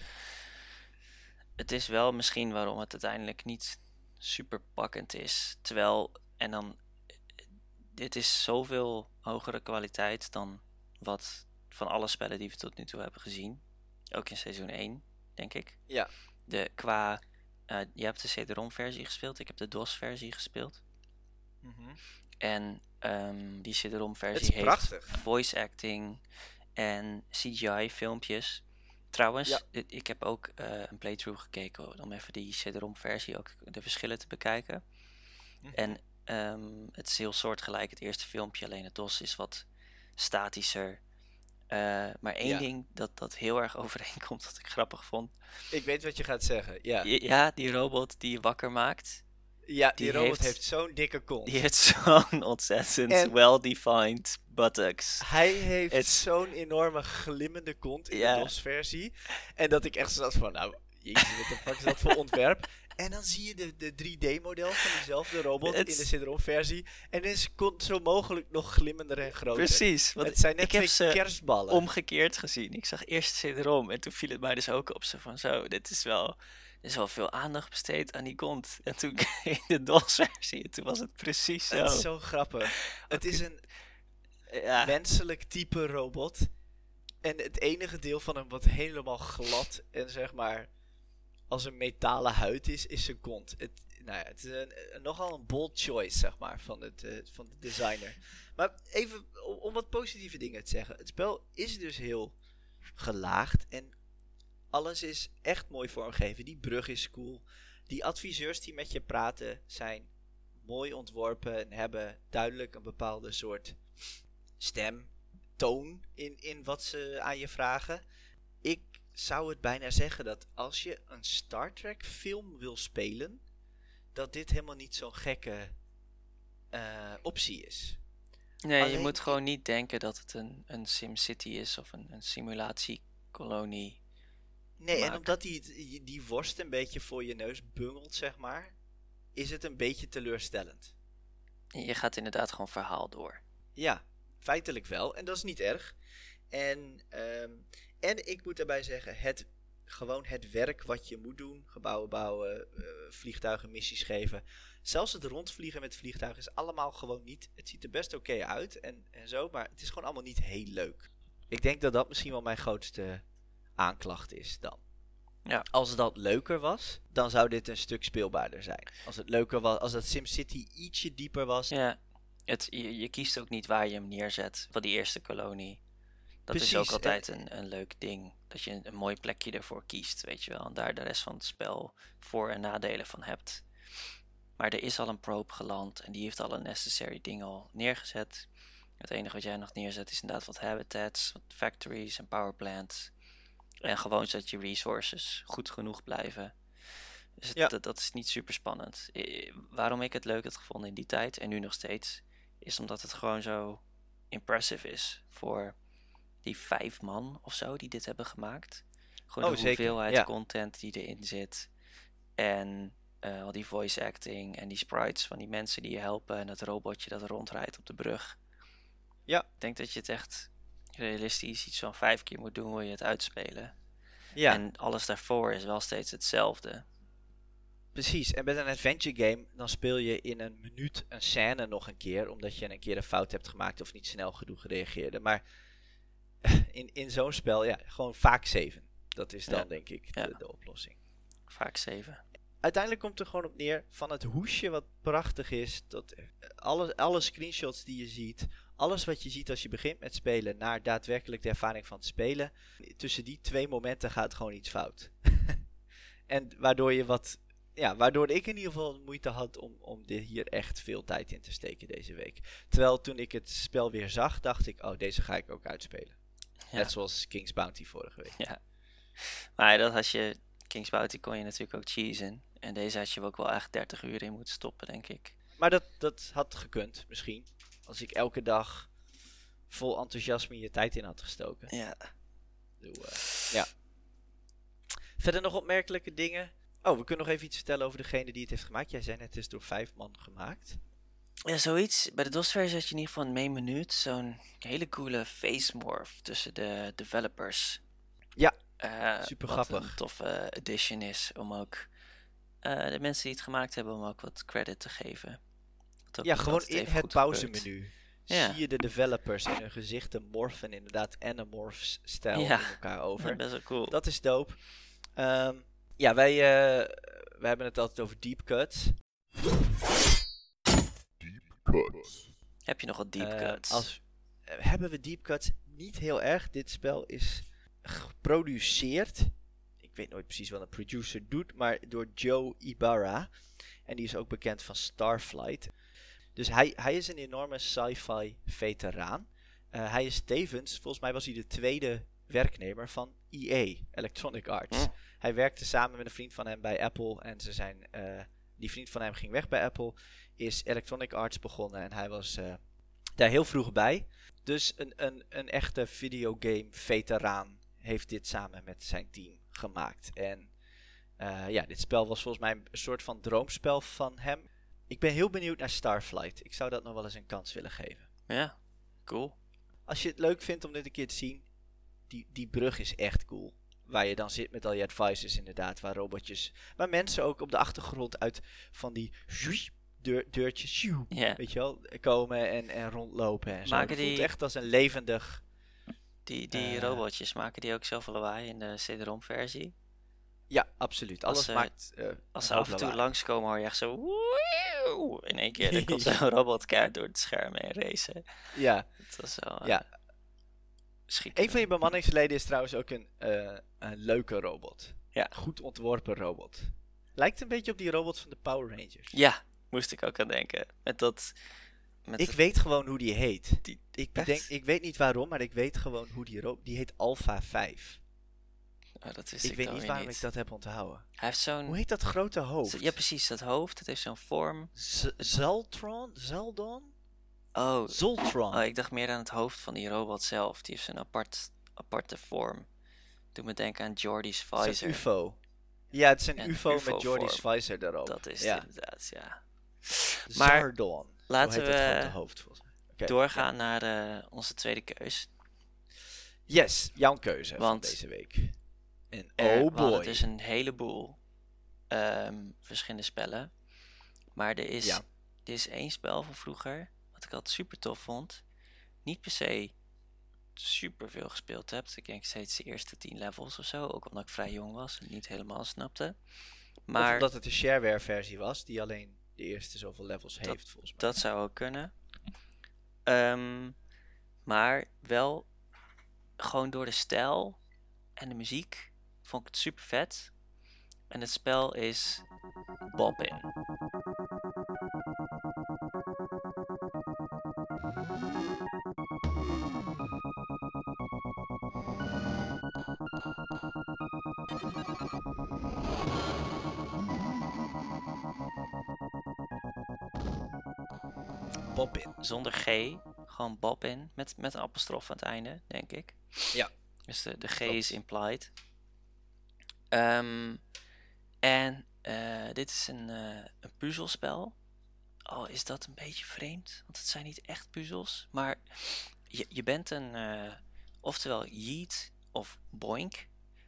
Het is wel misschien waarom het uiteindelijk niet super pakkend is. Terwijl, en dan, dit is zoveel hogere kwaliteit dan wat van alle spellen die we tot nu toe hebben gezien. Ook in seizoen 1, denk ik. Ja. Je hebt de CD-ROM versie gespeeld, ik heb de DOS versie gespeeld. Mm-hmm. En die CD-ROM versie heeft voice acting en CGI filmpjes. Trouwens, ik heb ook een playthrough gekeken om even die CD-ROM versie ook de verschillen te bekijken. Mm-hmm. En het is heel soortgelijk het eerste filmpje, alleen het DOS is wat statischer. Maar één ding dat heel erg overeenkomt, dat ik grappig vond. Ik weet wat je gaat zeggen, ja. Ja, die robot die je wakker maakt. Ja, die robot heeft zo'n dikke kont. Die heeft zo'n ontzettend well-defined buttocks. Hij heeft zo'n enorme glimmende kont in de DOS-versie. En dat ik echt zat van, nou, jezus, wat de fuck is dat voor ontwerp? En dan zie je de 3D-model van diezelfde robot in de CD-ROM-versie. En is kont zo mogelijk nog glimmender en groter. Precies, want het zijn net ik heb ze kerstballen. Omgekeerd gezien. Ik zag eerst de CD-ROM en toen viel het mij dus ook op. Dit is wel veel aandacht besteed aan die kont. En toen in de DOS-versie, toen was het precies zo. Het is zo grappig. Het is een menselijk type robot. En het enige deel van hem wat helemaal glad en zeg maar als een metalen huid is zijn kont. Het is nogal een bold choice, zeg maar, van de designer. Maar even om wat positieve dingen te zeggen. Het spel is dus heel gelaagd en alles is echt mooi vormgegeven. Die brug is cool. Die adviseurs die met je praten zijn mooi ontworpen en hebben duidelijk een bepaalde soort stemtoon in wat ze aan je vragen. Ik zou het bijna zeggen dat als je een Star Trek film wil spelen, dat dit helemaal niet zo'n gekke optie is. Nee, je Alleen moet gewoon niet denken dat het een SimCity is of een simulatiekolonie. Nee, en Maar omdat die worst een beetje voor je neus bungelt, zeg maar, is het een beetje teleurstellend. je gaat inderdaad gewoon verhaal door. Ja, feitelijk wel. En dat is niet erg. En ik moet daarbij zeggen, gewoon het werk wat je moet doen, gebouwen bouwen, vliegtuigen missies geven. Zelfs het rondvliegen met vliegtuigen is allemaal gewoon niet. Het ziet er best oké uit en zo, maar het is gewoon allemaal niet heel leuk. Ik denk dat dat misschien wel mijn grootste aanklacht is dan. Ja. Als dat leuker was, dan zou dit een stuk speelbaarder zijn. Als het leuker was, als dat SimCity ietsje dieper was. Ja, je kiest ook niet waar je hem neerzet van die eerste kolonie. Dat is Precies, ook altijd een leuk ding. Dat je een mooi plekje ervoor kiest, weet je wel. En daar de rest van het spel voor- en nadelen van hebt. Maar er is al een probe geland en die heeft al een necessary ding al neergezet. Het enige wat jij nog neerzet is inderdaad wat habitats, wat factories en powerplants. En gewoon zodat je resources goed genoeg blijven. Dus Ja. dat is niet super spannend. Waarom ik het leuk had gevonden in die tijd en nu nog steeds, is omdat het gewoon zo impressive is voor die 5 man of zo die dit hebben gemaakt. Gewoon de zeker, hoeveelheid ja. content die erin zit. En al die voice acting en die sprites van die mensen die je helpen en het robotje dat rondrijdt op de brug. Ja. Ik denk dat je het echt realistisch iets van 5 keer moet doen, wil je het uitspelen. Ja, En alles daarvoor is wel steeds hetzelfde. precies. En met een adventure game, dan speel je in een minuut een scène nog een keer, omdat je een keer een fout hebt gemaakt of niet snel genoeg gereageerde. Maar in zo'n spel, ja, gewoon vaak 7. Dat is dan Ja. denk ik Ja. de oplossing. Vaak 7. Uiteindelijk komt er gewoon op neer van het hoesje wat prachtig is, tot alle screenshots die je ziet, alles wat je ziet als je begint met spelen, naar daadwerkelijk de ervaring van het spelen. Tussen die 2 momenten gaat gewoon iets fout. En waardoor ik in ieder geval moeite had om hier echt veel tijd in te steken deze week. Terwijl toen ik het spel weer zag, dacht ik, oh, deze ga ik ook uitspelen. Ja. Net zoals King's Bounty vorige week. Ja. Maar dat had je, King's Bounty kon je natuurlijk ook cheesen. En deze had je ook wel echt 30 uur in moeten stoppen, denk ik. Maar dat had gekund, misschien. Als ik elke dag vol enthousiasme je tijd in had gestoken. Ja. Ja. Verder nog opmerkelijke dingen. Oh, we kunnen nog even iets vertellen over degene die het heeft gemaakt. Jij zei net, het is door 5 man gemaakt. Ja, zoiets. Bij de DOS-versie had je in ieder geval in main menu zo'n hele coole face morph tussen de developers. Ja, wat super grappig. een toffe addition is om ook de mensen die het gemaakt hebben, om ook wat credit te geven. Wat ook Ja, niet gewoon altijd in even het goed gebeurt. pauzemenu Ja. zie je de developers in hun gezichten morfen inderdaad anamorphs-stijl Ja. in elkaar over. Best wel cool. Dat is dope. Ja, wij hebben het altijd over deep cuts. Cuts. Heb je nog wat deep cuts? Hebben we deep cuts? Niet heel erg. Dit spel is geproduceerd. Ik weet nooit precies wat een producer doet, maar door Joe Ibarra. En die is ook bekend van Starflight. Dus hij is een enorme sci-fi veteraan. Hij is tevens, volgens mij was hij de tweede werknemer van EA, Electronic Arts. Mm. Hij werkte samen met een vriend van hem bij Apple en die vriend van hem ging weg bij Apple, is Electronic Arts begonnen en hij was daar heel vroeg bij. Dus een echte videogame veteraan heeft dit samen met zijn team gemaakt. En dit spel was volgens mij een soort van droomspel van hem. Ik ben heel benieuwd naar Starflight. Ik zou dat nog wel eens een kans willen geven. Ja, cool. Als je het leuk vindt om dit een keer te zien, die brug is echt cool. Waar je dan zit met al je advisors inderdaad, waar mensen ook op de achtergrond uit van die deurtjes, Ja. weet je wel, komen en rondlopen en zo. Maken Het voelt die- echt als een levendig... Die robotjes, maken die ook zoveel lawaai in de CD-ROM versie? Ja, absoluut. Alles Als, maakt Als een ze hoop af en toe lawaai. langskomen hoor je echt zo... woeeuw. In één keer dan komt zo'n robotkaart door het scherm heen racen. Ja, Dat was wel ja. schieten. Een van je bemanningsleden is trouwens ook een leuke robot. Ja. Goed ontworpen robot. Lijkt een beetje op die robot van de Power Rangers. Ja, moest ik ook aan denken. Met dat... Ik weet gewoon hoe die heet. Echt? Ik weet niet waarom, maar ik weet gewoon hoe die heet Alpha 5. Dat wist Ik weet dan niet weer waarom niet. ik dat heb onthouden. Hij heeft zo'n... Hoe heet dat grote hoofd? Ja, precies, dat hoofd. Het heeft zo'n vorm. Zaldon? Oh, Zoltron. ik dacht meer aan het hoofd van die robot zelf. Die heeft zo'n aparte vorm. Doe me denken aan Geordi's Het is visor. een UFO. Ja, het is een En UFO UFO met Geordi's vorm. visor daarop. Dat is ja. het inderdaad, ja. Maar Zardon. laten Zo heet dat we grote hoofd volgens mij. Oké, doorgaan naar onze tweede keus. ja. Yes, jouw keuze van Want deze week. En we oh hadden boy. dus een heleboel verschillende spellen. Maar er is één spel van vroeger, wat ik altijd super tof vond. Niet per se super veel gespeeld heb. Ik denk steeds de eerste 10 levels of zo. Ook omdat ik vrij jong was en niet helemaal snapte. Of Maar omdat het een shareware versie was, die alleen de eerste zoveel levels heeft volgens mij. dat zou ook kunnen. Maar wel gewoon door de stijl en de muziek vond ik het super vet. En het spel is Boppin. Boppin. Zonder G, gewoon Boppin. Met een apostrof aan het einde, denk ik. Ja. Dus de G Klopt. is implied. En dit is een puzzelspel. Oh, is dat een beetje vreemd? Want het zijn niet echt puzzels. Maar je bent oftewel Yeet of Boink.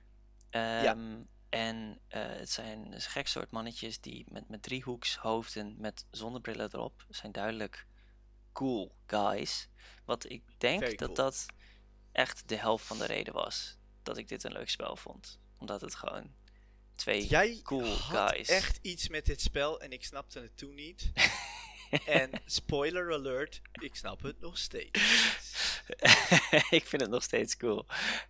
En het zijn dus gek soort mannetjes die met driehoekshoofden met zonnebrillen erop. Zijn duidelijk cool guys. Wat ik denk Very dat cool. dat echt de helft van de reden was dat ik dit een leuk spel vond. Omdat het gewoon twee Jij cool had guys. echt iets met dit spel en ik snapte het toen niet. En spoiler alert, ik snap het nog steeds. Ik vind het nog steeds cool.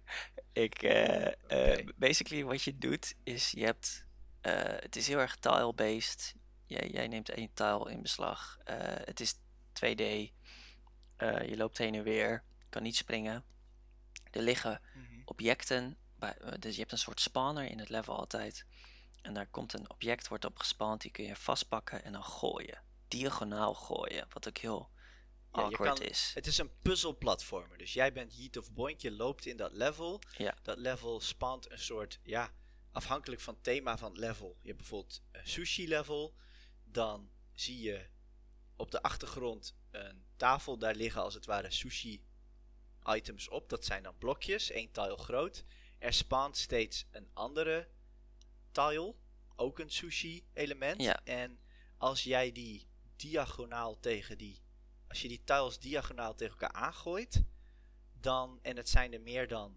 Basically wat je doet is je hebt het is heel erg tile-based. Jij neemt 1 tile in beslag. Het is 2D. Je loopt heen en weer. Kan niet springen. Er liggen objecten. Dus je hebt een soort spawner in het level altijd. En daar komt een object, wordt op gespawned. Die kun je vastpakken en dan gooien. Diagonaal gooien. Wat ook heel awkward is. Het is een puzzelplatformer. Dus jij bent Yeet of Boink, je loopt in dat level. Ja. Dat level spant een soort, afhankelijk van het thema van het level. Je hebt bijvoorbeeld een sushi level. Dan zie je op de achtergrond een tafel. Daar liggen als het ware sushi items op. Dat zijn dan blokjes, 1 tile groot. Er spant steeds een andere tile. Ook een sushi element. Ja. En als jij die diagonaal als je die tiles diagonaal tegen elkaar aangooit, dan, en het zijn er meer dan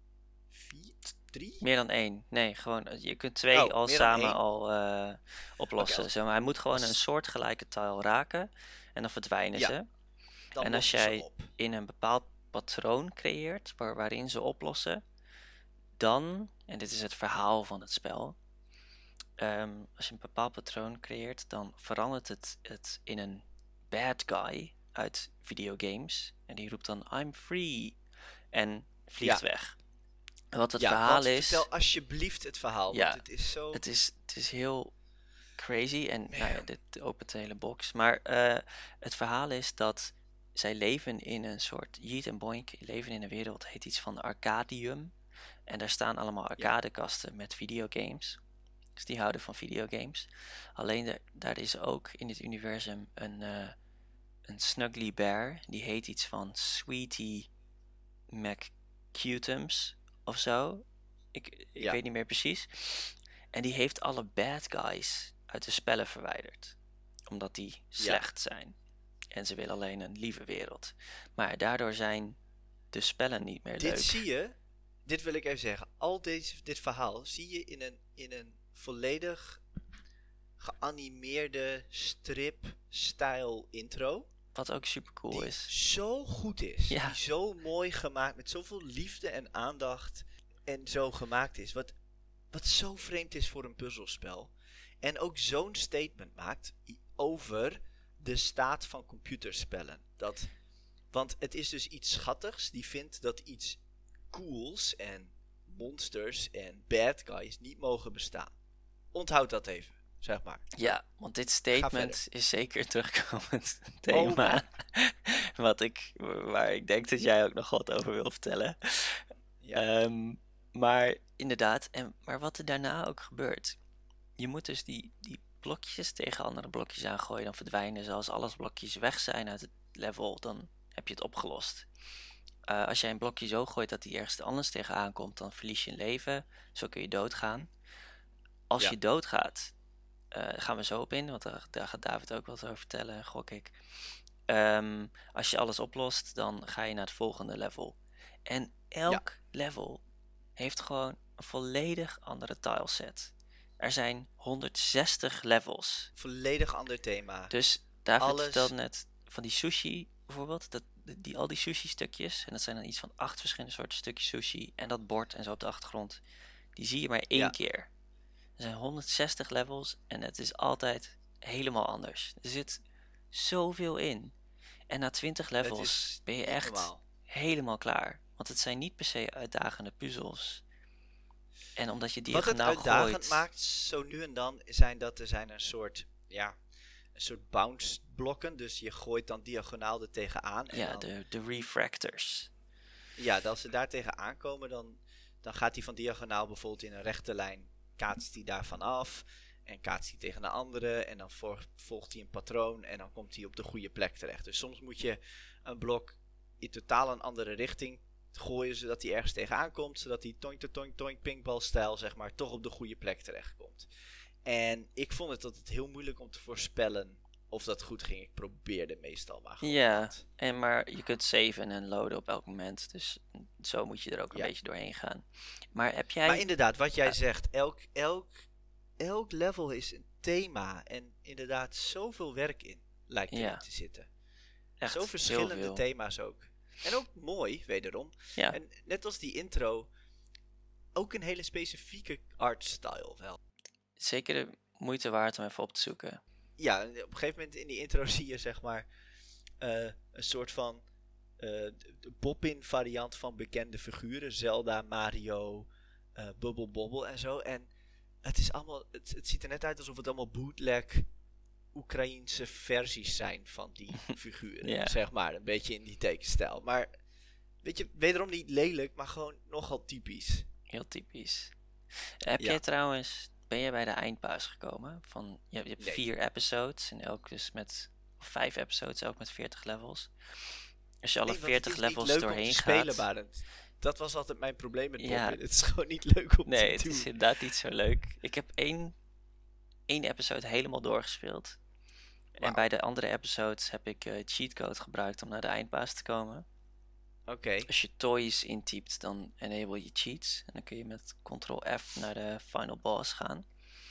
3? Meer dan 1. Nee, gewoon je kunt 2 al meer dan samen 1? al oplossen. Oké, Zeg maar, hij moet gewoon een soortgelijke tile raken en dan verdwijnen Ja, ze. Dan En als lossen ze jij op. in een bepaald patroon creëert waarin ze oplossen, dan, en dit is het verhaal van het spel, als je een bepaald patroon creëert, dan verandert het in een bad guy uit videogames. En die roept dan I'm free en vliegt weg. En wat het verhaal is... Vertel alsjeblieft het verhaal, Ja, want het is zo... Het is heel crazy en Man. nou ja, dit opent de hele box. Maar het verhaal is dat zij leven in een soort Yeet en Boink, leven in een wereld, heet iets van Arcadium. En daar staan allemaal arcadekasten met videogames. Dus die houden van videogames. Alleen daar is ook in dit universum een Snuggly Bear. Die heet iets van Sweetie McCutums of zo. Ik weet niet meer precies. En die heeft alle bad guys uit de spellen verwijderd. Omdat die slecht zijn. En ze willen alleen een lieve wereld. Maar daardoor zijn de spellen niet meer leuk. Dit zie je, dit wil ik even zeggen. Dit verhaal zie je in een volledig geanimeerde strip-style intro. Wat ook super cool die is. Zo goed is. Ja. Die zo mooi gemaakt, met zoveel liefde en aandacht. En zo gemaakt is. Wat zo vreemd is voor een puzzelspel. En ook zo'n statement maakt over de staat van computerspellen. Want het is dus iets schattigs. Die vindt dat iets cools en monsters en bad guys niet mogen bestaan. Onthoud dat even. zeg maar. Ja, want dit verder. statement is zeker een terugkomend thema. Waar ik denk dat jij ook nog wat over wil vertellen. Ja. Maar inderdaad, maar wat er daarna ook gebeurt. Je moet dus die blokjes tegen andere blokjes aangooien. Dan verdwijnen ze. Als alles blokjes weg zijn uit het level, dan heb je het opgelost. Als jij een blokje zo gooit dat die ergens anders tegenaan komt, dan verlies je een leven. Zo kun je doodgaan. Als je doodgaat, gaan we zo op in, want daar gaat David ook wat over vertellen, gok ik. Als je alles oplost, dan ga je naar het volgende level. En elk level heeft gewoon een volledig andere tileset. Er zijn 160 levels. Volledig ander thema. Dus David vertelde net van die sushi bijvoorbeeld. Al die sushi stukjes. En dat zijn dan iets van 8 verschillende soorten stukjes sushi. En dat bord en zo op de achtergrond. Die zie je maar 1 keer. Er zijn 160 levels. En het is altijd helemaal anders. Er zit zoveel in. En na 20 levels ben je echt helemaal klaar. Want het zijn niet per se uitdagende puzzels. En omdat je diagonaal wat het uitdagend maakt, zo nu en dan, er zijn een soort bounce blokken. Dus je gooit dan diagonaal er tegenaan. En ja, de refractors. Ja, als ze daar tegenaan komen, dan gaat hij van diagonaal bijvoorbeeld in een rechte lijn. Kaatst hij daarvan af. En kaatst hij tegen een andere. En dan volgt hij een patroon. En dan komt hij op de goede plek terecht. Dus soms moet je een blok in totaal een andere richting gooien, zodat hij ergens tegenaan komt, zodat hij toink pinkbalstijl, zeg maar, toch op de goede plek terechtkomt. En ik vond het altijd heel moeilijk om te voorspellen of dat goed ging. Ik probeerde meestal maar gewoon. Ja, maar je kunt saven en loaden op elk moment, dus zo moet je er ook een beetje doorheen gaan. Maar heb jij... Maar inderdaad, wat jij zegt, elk level is een thema en inderdaad zoveel werk in lijkt erin te zitten. Echt zo verschillende thema's ook. En ook mooi, wederom. Ja. En net als die intro, ook een hele specifieke artstyle wel. Zeker de moeite waard om even op te zoeken. Ja, op een gegeven moment in die intro zie je zeg maar een soort van Bob-in variant van bekende figuren. Zelda, Mario, Bubble Bobble en zo. En het is allemaal, het ziet er net uit alsof het allemaal bootleg Oekraïense versies zijn van die figuren, zeg maar. Een beetje in die tekenstijl. Maar, weet je, wederom niet lelijk, maar gewoon nogal typisch. Heel typisch. Heb jij trouwens, ben je bij de eindbaas gekomen? Je hebt 4 episodes, en elk dus met 5 episodes, elk met 40 levels. Als je alle 40 levels doorheen gaat... Barend. Dat was altijd mijn probleem met Bob. Het is gewoon niet leuk om te doen. Nee, het is inderdaad niet zo leuk. Ik heb één episode helemaal doorgespeeld. Wow. En bij de andere episodes heb ik cheatcode gebruikt om naar de eindbaas te komen. Oké. Als je toys intypt, dan enable je cheats. En dan kun je met Ctrl-F naar de final boss gaan.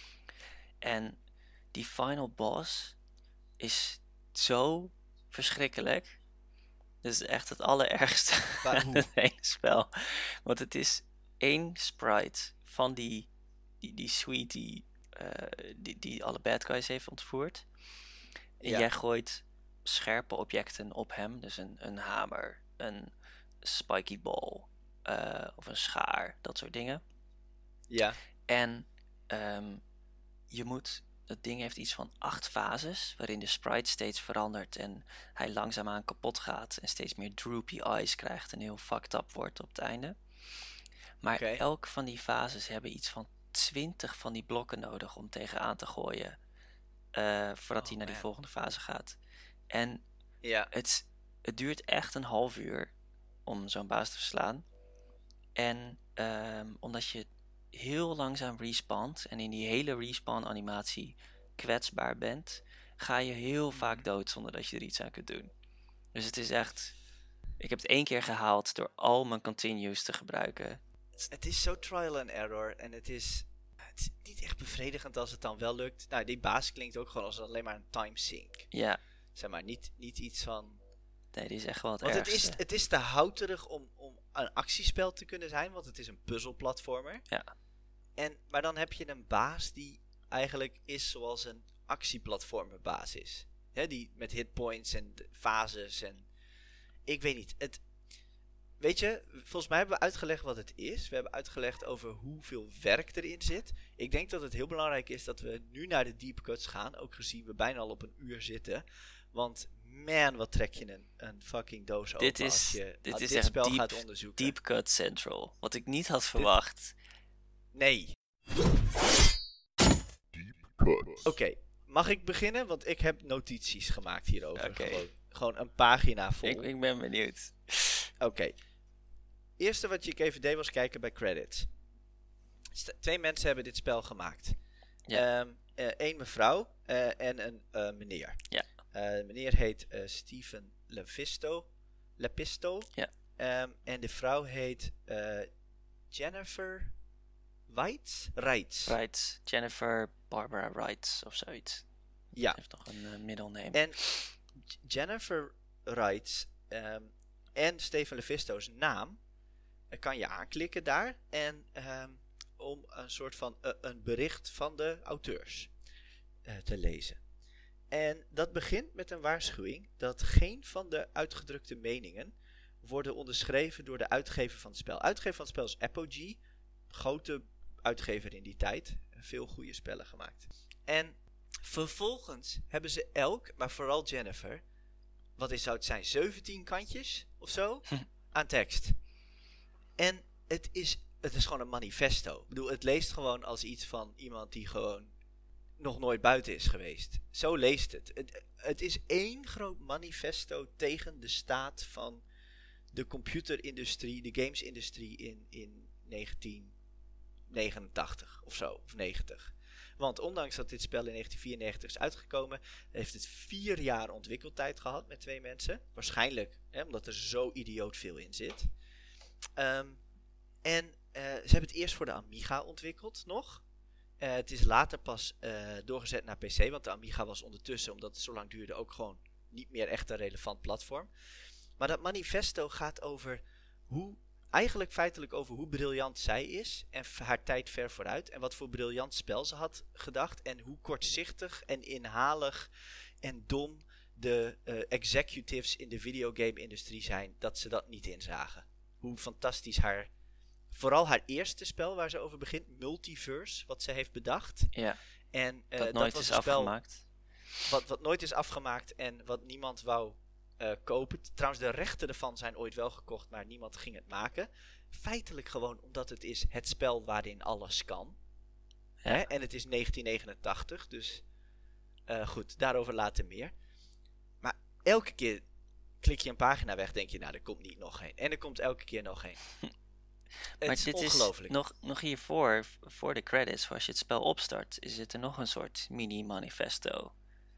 En die final boss is zo verschrikkelijk. Dat is echt het allerergste van het hele spel. Want het is 1 sprite van die sweetie die alle bad guys heeft ontvoerd. En jij gooit scherpe objecten op hem. Dus een hamer, een spiky ball of een schaar, dat soort dingen. Ja. En dat ding heeft iets van 8 fases, waarin de sprite steeds verandert en hij langzaamaan kapot gaat en steeds meer droopy eyes krijgt en heel fucked up wordt op het einde. Maar elk van die fases hebben iets van 20 van die blokken nodig om tegenaan te gooien, voordat hij naar die volgende fase gaat. En het duurt echt een half uur om zo'n baas te verslaan. En omdat je heel langzaam respawnt en in die hele respawn animatie kwetsbaar bent, ga je heel vaak dood zonder dat je er iets aan kunt doen. Dus het is echt... Ik heb het 1 keer gehaald door al mijn continues te gebruiken. Het is zo trial and error en het is niet echt bevredigend als het dan wel lukt. Nou, die baas klinkt ook gewoon als alleen maar een time sink. Ja. Zeg maar, niet iets van... Nee, die is echt wel het ergste. Want het is te houterig om een actiespel te kunnen zijn, want het is een puzzelplatformer. Ja. Maar dan heb je een baas die eigenlijk is zoals een actieplatformer baas is. Die met hitpoints en fases en... Ik weet niet. weet je, volgens mij hebben we uitgelegd wat het is. We hebben uitgelegd over hoeveel werk erin zit. Ik denk dat het heel belangrijk is dat we nu naar de deep cuts gaan. Ook gezien we bijna al op een uur zitten. Want man, wat trek je een fucking doos open als je dit echt spel gaat onderzoeken. Deep Cut Central. Wat ik niet had verwacht. Nee. Oké, mag ik beginnen? Want ik heb notities gemaakt hierover. Oké. Gewoon een pagina vol. Ik ben benieuwd. Oké. Eerste wat ik even deed was kijken bij credits. 2 mensen hebben dit spel gemaakt. Ja. 1 mevrouw en een meneer. Ja. De meneer heet Steven Lepisto. Ja. En de vrouw heet Jennifer Reitz. Right. Jennifer Barbara Wright of zoiets. Ja. Heeft nog een middelname. En Jennifer Reitz en Steven Lepisto's naam kan je aanklikken daar. En om een soort van een bericht van de auteurs te lezen. En dat begint met een waarschuwing dat geen van de uitgedrukte meningen worden onderschreven door de uitgever van het spel. Uitgever van het spel is Apogee, grote uitgever in die tijd. Veel goede spellen gemaakt. En vervolgens hebben ze elk, maar vooral Jennifer, zou het zijn, 17 kantjes of zo aan tekst. En het is gewoon een manifesto. Ik bedoel, het leest gewoon als iets van iemand die gewoon nog nooit buiten is geweest. Zo leest het. Het is één groot manifesto tegen de staat van de computerindustrie, de gamesindustrie in 1989 of zo, of 90. Want ondanks dat dit spel in 1994 is uitgekomen, heeft het 4 jaar ontwikkeltijd gehad met 2 mensen. Waarschijnlijk, omdat er zo idioot veel in zit. Ze hebben het eerst voor de Amiga ontwikkeld nog. Het is later pas doorgezet naar PC, want de Amiga was ondertussen, omdat het zo lang duurde, ook gewoon niet meer echt een relevant platform. Maar dat manifesto gaat over eigenlijk feitelijk over hoe briljant zij is en haar tijd ver vooruit. En wat voor briljant spel ze had gedacht en hoe kortzichtig en inhalig en dom de executives in de videogame-industrie zijn, dat ze dat niet inzagen. Hoe fantastisch vooral haar eerste spel waar ze over begint, Multiverse, wat ze heeft bedacht. Ja, en, dat nooit was is een spel afgemaakt. Wat nooit is afgemaakt en wat niemand wou kopen. Trouwens, de rechten ervan zijn ooit wel gekocht, maar niemand ging het maken. Feitelijk gewoon omdat het is het spel waarin alles kan. Ja. Hè? En het is 1989, dus goed, daarover later meer. Maar elke keer klik je een pagina weg, denk je, nou, er komt niet nog één. En er komt elke keer nog één. Maar Het is dit ongelooflijk. is nog hiervoor, voor de credits, voor als je het spel opstart, is er nog een soort mini-manifesto.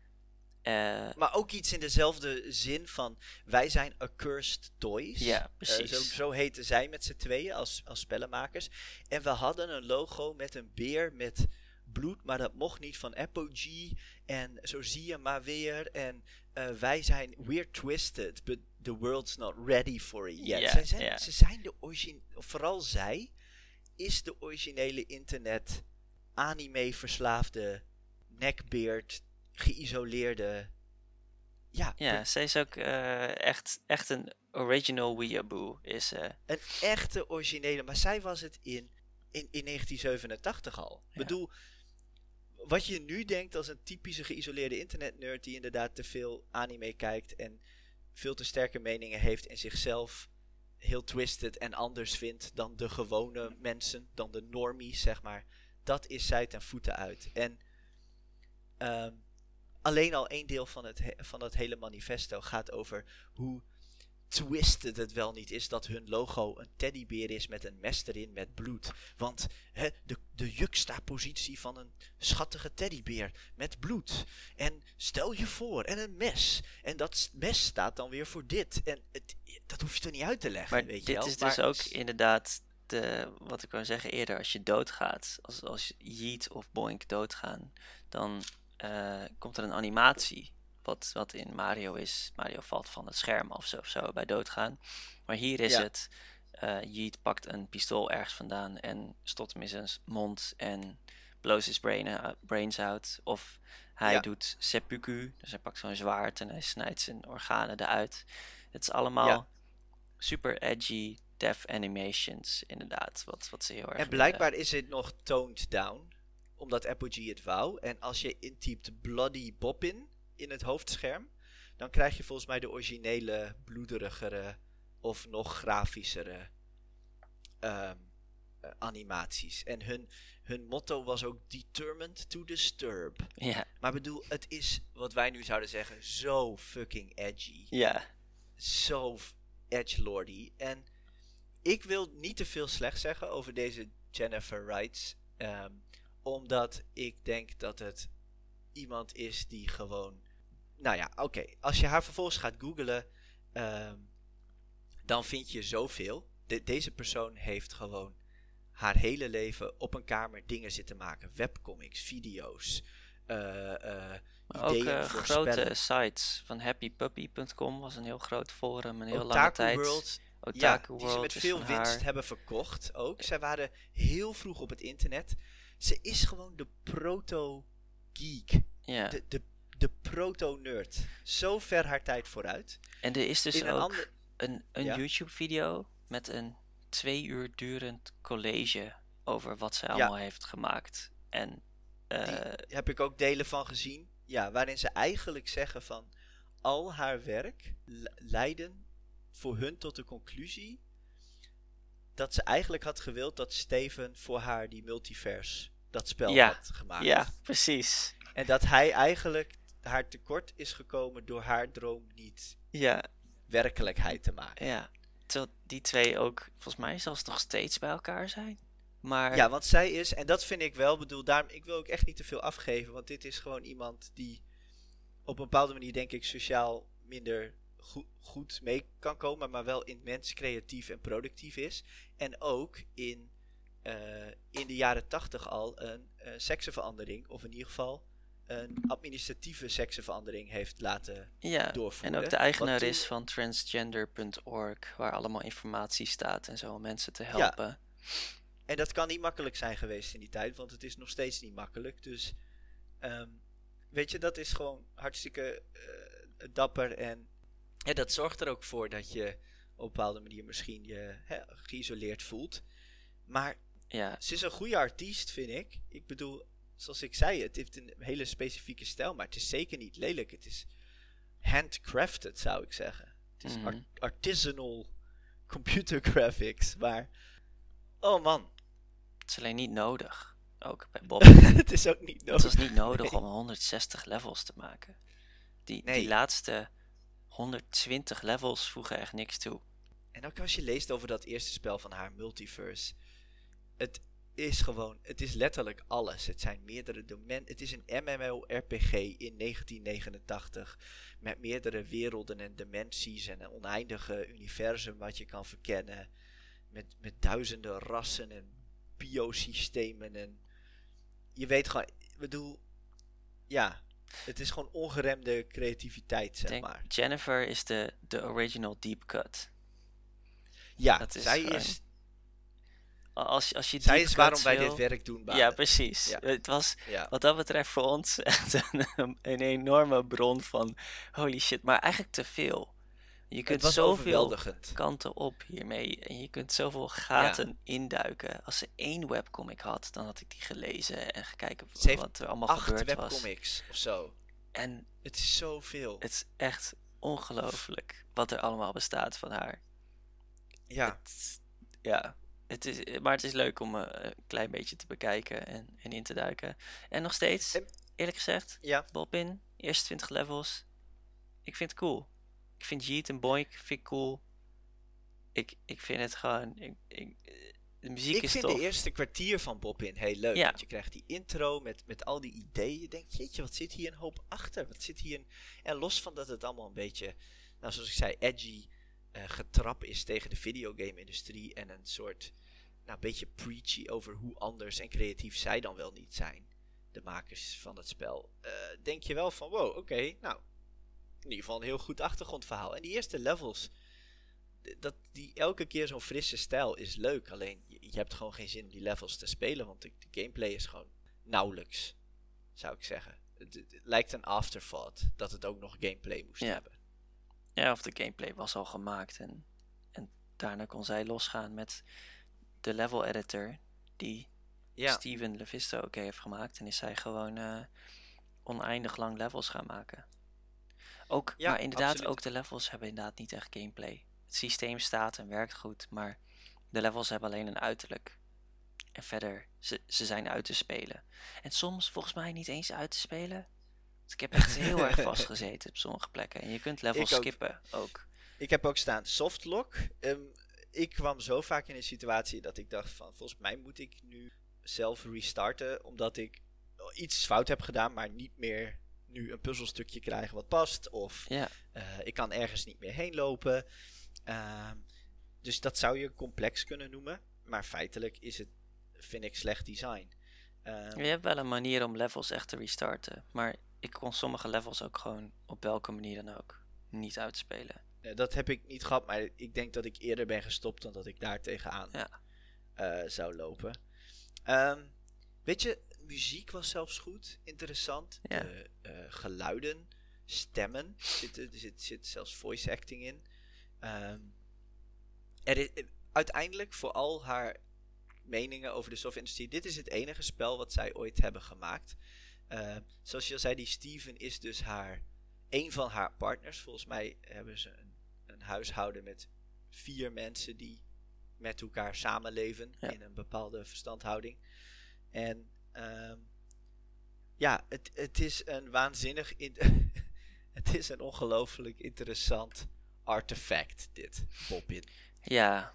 Maar ook iets in dezelfde zin van, wij zijn Accursed Toys. Ja, precies. Zo heten zij met z'n tweeën als spellenmakers. En we hadden een logo met een beer met bloed, maar dat mocht niet van Apogee. En zo zie je maar weer. En wij zijn, we're twisted, but the world's not ready for it yet. Ze zijn de vooral zij is de originele internet anime verslaafde neckbeard geïsoleerde. Ja, zij is ook echt een original weeaboo. Een echte originele, maar zij was het in 1987 al. Ik bedoel, wat je nu denkt als een typische geïsoleerde internetnerd die inderdaad te veel anime kijkt en veel te sterke meningen heeft en zichzelf heel twisted en anders vindt dan de gewone mensen, dan de normies, zeg maar. Dat is zij ten voeten uit. En alleen al één deel van dat hele manifesto gaat over hoe twisted het wel niet is dat hun logo een teddybeer is met een mes erin met bloed. Want de juxtapositie van een schattige teddybeer met bloed. En stel je voor, en een mes. En dat mes staat dan weer voor dit. En dat hoef je toch niet uit te leggen, maar weet je wel. Dit is dus ook inderdaad wat ik wou zeggen eerder. Als je doodgaat, als Yeet of Boink doodgaan, dan komt er een animatie. Wat in Mario is. Mario valt van het scherm af of zo bij doodgaan. Maar hier is het. Yeet pakt een pistool ergens vandaan en stopt hem in zijn mond en blows his brains out. Of hij doet seppuku. Dus hij pakt zo'n zwaard en hij snijdt zijn organen eruit. Het is allemaal super edgy death animations, inderdaad. Wat ze heel erg En blijkbaar is het nog toned down, omdat Apogee het wou. En als je intypt Bloody Boppin in het hoofdscherm, dan krijg je volgens mij de originele bloederigere of nog grafischere animaties. En hun motto was ook Determined to Disturb. Ja, Maar bedoel, het is wat wij nu zouden zeggen zo fucking edgy. ja, Zo edgelordy. En ik wil niet te veel slecht zeggen over deze Jennifer Wrights. Omdat ik denk dat het iemand is die gewoon... Nou ja, oké. Als je haar vervolgens gaat googlen, dan vind je zoveel. Deze persoon heeft gewoon haar hele leven op een kamer dingen zitten maken. Webcomics, video's, maar ideeën ook voor grote spellen. sites van happypuppy.com was een heel groot forum, een heel lange Otaku tijd. World, Otaku die World ze met is veel van winst haar. hebben verkocht ook. Zij waren heel vroeg op het internet. Ze is gewoon de proto-geek. Ja, De proto-nerd. Zo ver haar tijd vooruit. en er is dus In een ook ander... een Ja. YouTube-video met een 2 uur durend college over wat zij allemaal heeft gemaakt. En Die heb ik ook delen van gezien. Ja, waarin ze eigenlijk zeggen van... Al haar werk leiden voor hun tot de conclusie... dat ze eigenlijk had gewild dat Steven voor haar die multiverse... dat spel had gemaakt. ja, precies. En dat hij eigenlijk haar tekort is gekomen door haar droom niet Ja, werkelijkheid te maken. ja. Terwijl die twee ook volgens mij zelfs nog steeds bij elkaar zijn. Maar Ja, want zij is, en dat vind ik wel, ik wil ook echt niet te veel afgeven, want dit is gewoon iemand die op een bepaalde manier, denk ik, sociaal minder goed mee kan komen, maar wel immens creatief en productief is. En ook in de jaren 80 al een seksenverandering, of in ieder geval een administratieve seksenverandering heeft laten ja, doorvoeren. en ook de eigenaar Want toen- is van transgender.org, waar allemaal informatie staat en zo om mensen te helpen. En dat kan niet makkelijk zijn geweest in die tijd, want het is nog steeds niet makkelijk. Dus, weet je, dat is gewoon hartstikke dapper. En dat zorgt er ook voor dat je op een bepaalde manier misschien je geïsoleerd voelt. Maar Ja, ze is een goede artiest, vind ik. Ik bedoel, zoals ik zei, het heeft een hele specifieke stijl, maar het is zeker niet lelijk. Het is handcrafted, zou ik zeggen. Het is artisanal computer graphics, maar... Oh man, het is alleen niet nodig. Ook bij Bob. het is ook niet Het nodig. was niet nodig Nee. om 160 levels te maken. Die Nee. laatste 120 levels voegen echt niks toe. En ook als je leest over dat eerste spel van haar, Multiverse. Het is letterlijk alles. Het zijn meerdere domeinen. Het is een MMORPG in 1989. Met meerdere werelden en dimensies en een oneindige universum wat je kan verkennen. Met duizenden rassen en biosystemen. En je weet gewoon, ik bedoel, ja, het is gewoon ongeremde creativiteit, Ik zeg denk, maar. Jennifer is de original deep cut. Ja, dat is zij gewoon- is, Als je zij deep is waarom cuts wij wil- dit werk doen, Ja, precies. Ja. Het was Ja. wat dat betreft voor ons echt een enorme bron van holy shit, maar eigenlijk te veel. Je Het kunt was zoveel overweldigend. kanten op hiermee en je kunt zoveel gaten induiken. Als ze 1 webcomic had, dan had ik die gelezen en gekeken Ze heeft wat er allemaal 8 gebeurd was. webcomics of zo. En Het is zoveel. het is echt ongelooflijk wat er allemaal bestaat van haar. Ja, Ja, maar het is leuk om een klein beetje te bekijken en in te duiken. En nog steeds, En- eerlijk gezegd, ja. Bob-in, eerste 20 levels. Ik vind het cool. Ik vind Yeet en Boink vind ik cool. Ik vind het gewoon... de muziek Ik is vind tof. de eerste kwartier van Bob-in heel leuk. Ja. Want je krijgt die intro met al die ideeën. Je denkt, jeetje, wat zit hier een hoop achter? Wat zit hier En los van dat het allemaal een beetje, nou zoals ik zei, edgy getrap is tegen de videogame-industrie. En een soort, nou een beetje preachy over hoe anders en creatief zij dan wel niet zijn. De makers van het spel. Denk je wel van, wow, oké, nou, in ieder geval een heel goed achtergrondverhaal. En die eerste levels... die elke keer zo'n frisse stijl is leuk. Alleen je hebt gewoon geen zin om die levels te spelen. Want de gameplay is gewoon nauwelijks. Zou ik zeggen. Het lijkt een afterthought. Dat het ook nog gameplay moest Ja. hebben. Ja, of de gameplay was al gemaakt en daarna kon zij losgaan met de level editor die Ja, Steven Levisto ook heeft gemaakt. En is zij gewoon oneindig lang levels gaan maken. Ook, Ja, maar inderdaad, absoluut. ook de levels hebben inderdaad niet echt gameplay. Het systeem staat en werkt goed, maar de levels hebben alleen een uiterlijk. En verder, ze zijn uit te spelen. En soms volgens mij niet eens uit te spelen. Dus ik heb echt heel erg vastgezeten op sommige plekken. En je kunt levels Ik ook. skippen ook. Ik heb ook staan softlock. Ik kwam zo vaak in een situatie dat ik dacht van, volgens mij moet ik nu zelf restarten, omdat ik iets fout heb gedaan, maar niet meer nu een puzzelstukje krijgen wat past. Of Ja, ik kan ergens niet meer heen lopen. Dus dat zou je complex kunnen noemen. Maar feitelijk is het, vind ik, slecht design. je hebt wel een manier om levels echt te restarten. Maar ik kon sommige levels ook gewoon op welke manier dan ook niet uitspelen. Dat heb ik niet gehad, maar ik denk dat ik eerder ben gestopt dan dat ik daar tegenaan zou lopen. Weet je, muziek was zelfs goed, interessant. Ja. De geluiden, stemmen, er zit zelfs voice acting in. Uiteindelijk, voor al haar meningen over de software-industrie, dit is het enige spel wat zij ooit hebben gemaakt. Zoals je al zei, die Steven is dus een van haar partners. Volgens mij hebben ze een huishouden met 4 mensen die met elkaar samenleven in een bepaalde verstandhouding. En het is een waanzinnig het is een ongelooflijk interessant artefact, dit Bobbin. Ja,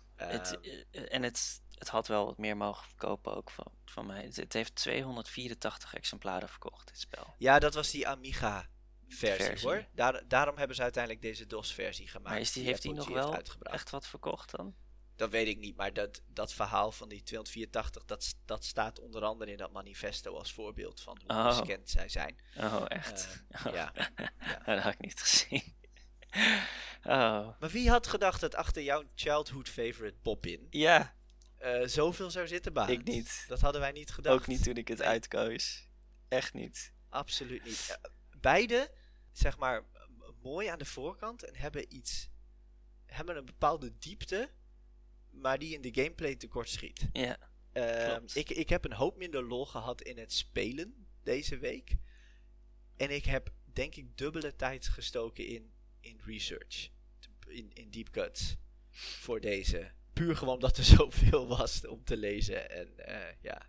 het had wel wat meer mogen verkopen ook van mij. Het heeft 284 exemplaren verkocht, dit spel. Ja, dat was die Amiga-versie Versie. hoor. Daarom hebben ze uiteindelijk deze DOS-versie gemaakt. Maar heeft die nog Apogee heeft wel uitgebracht. echt wat verkocht dan? Dat weet ik niet, maar dat verhaal van die 284, dat staat onder andere in dat manifesto als voorbeeld van hoe gescand zij zijn. Oh, echt? Ja. Dat had ik niet gezien. Oh. Maar wie had gedacht dat achter jouw childhood favorite Bobbin Ja, zoveel zou zitten, Barend? ik niet. Dat hadden wij niet gedacht. Ook niet toen ik het uitkoos. Echt niet. Absoluut niet. Beide, zeg maar, mooi aan de voorkant en hebben een bepaalde diepte, maar die in de gameplay tekort schiet. Ja, ik heb een hoop minder lol gehad in het spelen deze week. En ik heb, denk ik, dubbele tijd gestoken in research. In deep cuts. Voor deze. Puur gewoon omdat er zoveel was om te lezen. En ja.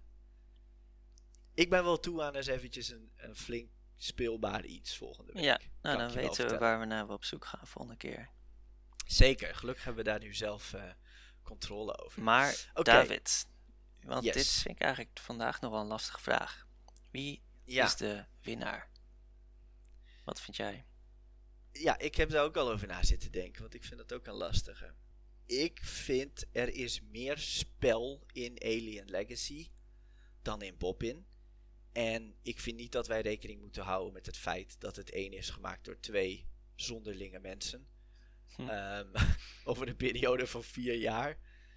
Ik ben wel toe aan eens eventjes een flink speelbaar iets volgende week. ja. Nou, Kan dan ik je wel weten we vertellen. waar we naar op zoek gaan volgende keer. Zeker. Gelukkig hebben we daar nu zelf controle over. Maar, Oké. David, want Yes. dit vind ik eigenlijk vandaag nog wel een lastige vraag. Wie Ja. is de winnaar? Wat vind jij? Ja, ik heb daar ook al over na zitten denken, want ik vind dat ook een lastige. Ik vind er is meer spel in Alien Legacy dan in Bobbin. En ik vind niet dat wij rekening moeten houden met het feit dat het één is gemaakt door 2 zonderlinge mensen. Over een periode van 4 jaar.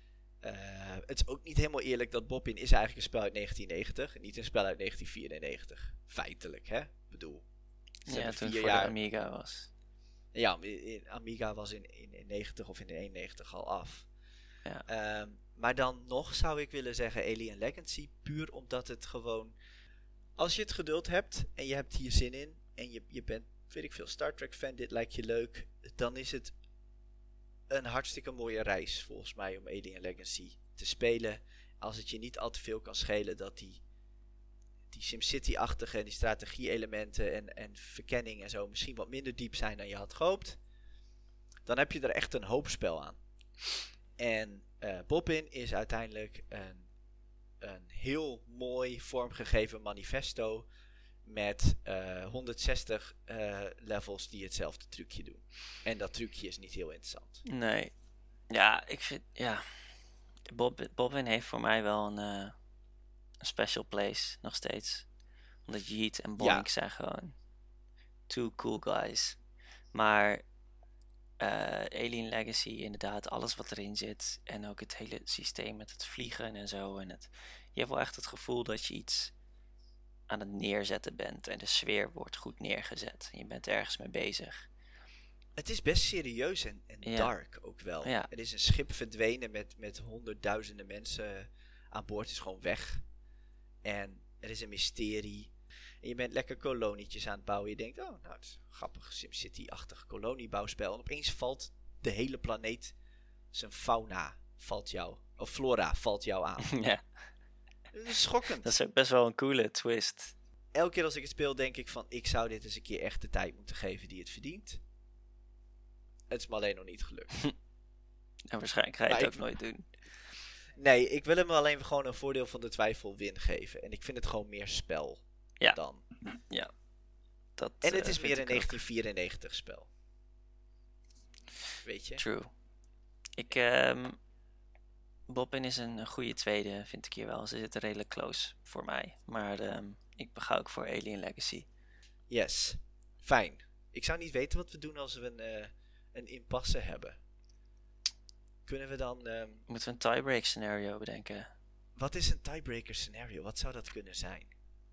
Het is ook niet helemaal eerlijk dat Bobbin is eigenlijk een spel uit 1990 en niet een spel uit 1994. Feitelijk, hè? Ik bedoel, ze Ja, hebben toen 4 het voor jaar... de Amiga was. Ja, Amiga was in 90 of in 91 al af. Ja. Maar dan nog zou ik willen zeggen Alien Legacy, puur omdat het gewoon... Als je het geduld hebt en je hebt hier zin in en je bent, weet ik veel, Star Trek fan, dit lijkt je leuk, dan is het een hartstikke mooie reis volgens mij om Alien Legacy te spelen. Als het je niet al te veel kan schelen dat die SimCity-achtige en die strategie-elementen en verkenning en zo misschien wat minder diep zijn dan je had gehoopt, dan heb je er echt een hoop spel aan. En Bobbin is uiteindelijk een heel mooi vormgegeven manifesto met 160 levels die hetzelfde trucje doen. En dat trucje is niet heel interessant. Nee. Ja, ik vind... Ja. Bobbin heeft voor mij wel een special place, nog steeds. Omdat Yeet en Boink zijn gewoon 2 cool guys. Maar Alien Legacy, inderdaad, alles wat erin zit. En ook het hele systeem met het vliegen en zo. En je hebt wel echt het gevoel dat je iets aan het neerzetten bent. En de sfeer wordt goed neergezet. En je bent ergens mee bezig. Het is best serieus en Ja. dark ook wel. Ja. Er is een schip verdwenen met honderdduizenden mensen aan boord. Is gewoon weg. En er is een mysterie. En je bent lekker kolonietjes aan het bouwen. Je denkt, oh, nou, het is een grappig SimCity-achtig koloniebouwspel. En opeens valt de hele planeet, zijn fauna valt jou, of flora valt jou aan. Ja, Dat is schokkend. dat is ook best wel een coole twist. Elke keer als ik het speel denk ik van, ik zou dit eens een keer echt de tijd moeten geven die het verdient. Het is me alleen nog niet gelukt. En waarschijnlijk ga je het Maar ook nooit doen. Nee, ik wil hem alleen gewoon een voordeel van de twijfel win geven. En ik vind het gewoon meer spel Ja. dan. Dat, En het is vind meer een ik ook. 1994 spel. Weet je? True. Bobbin is een goede tweede, vind ik hier wel. Ze zitten redelijk close voor mij. Maar ik ga ook voor Alien Legacy. Yes. Fijn. Ik zou niet weten wat we doen als we een impasse hebben. Kunnen we dan... Moeten we een tiebreak scenario bedenken? wat is een tiebreaker scenario? Wat zou dat kunnen zijn?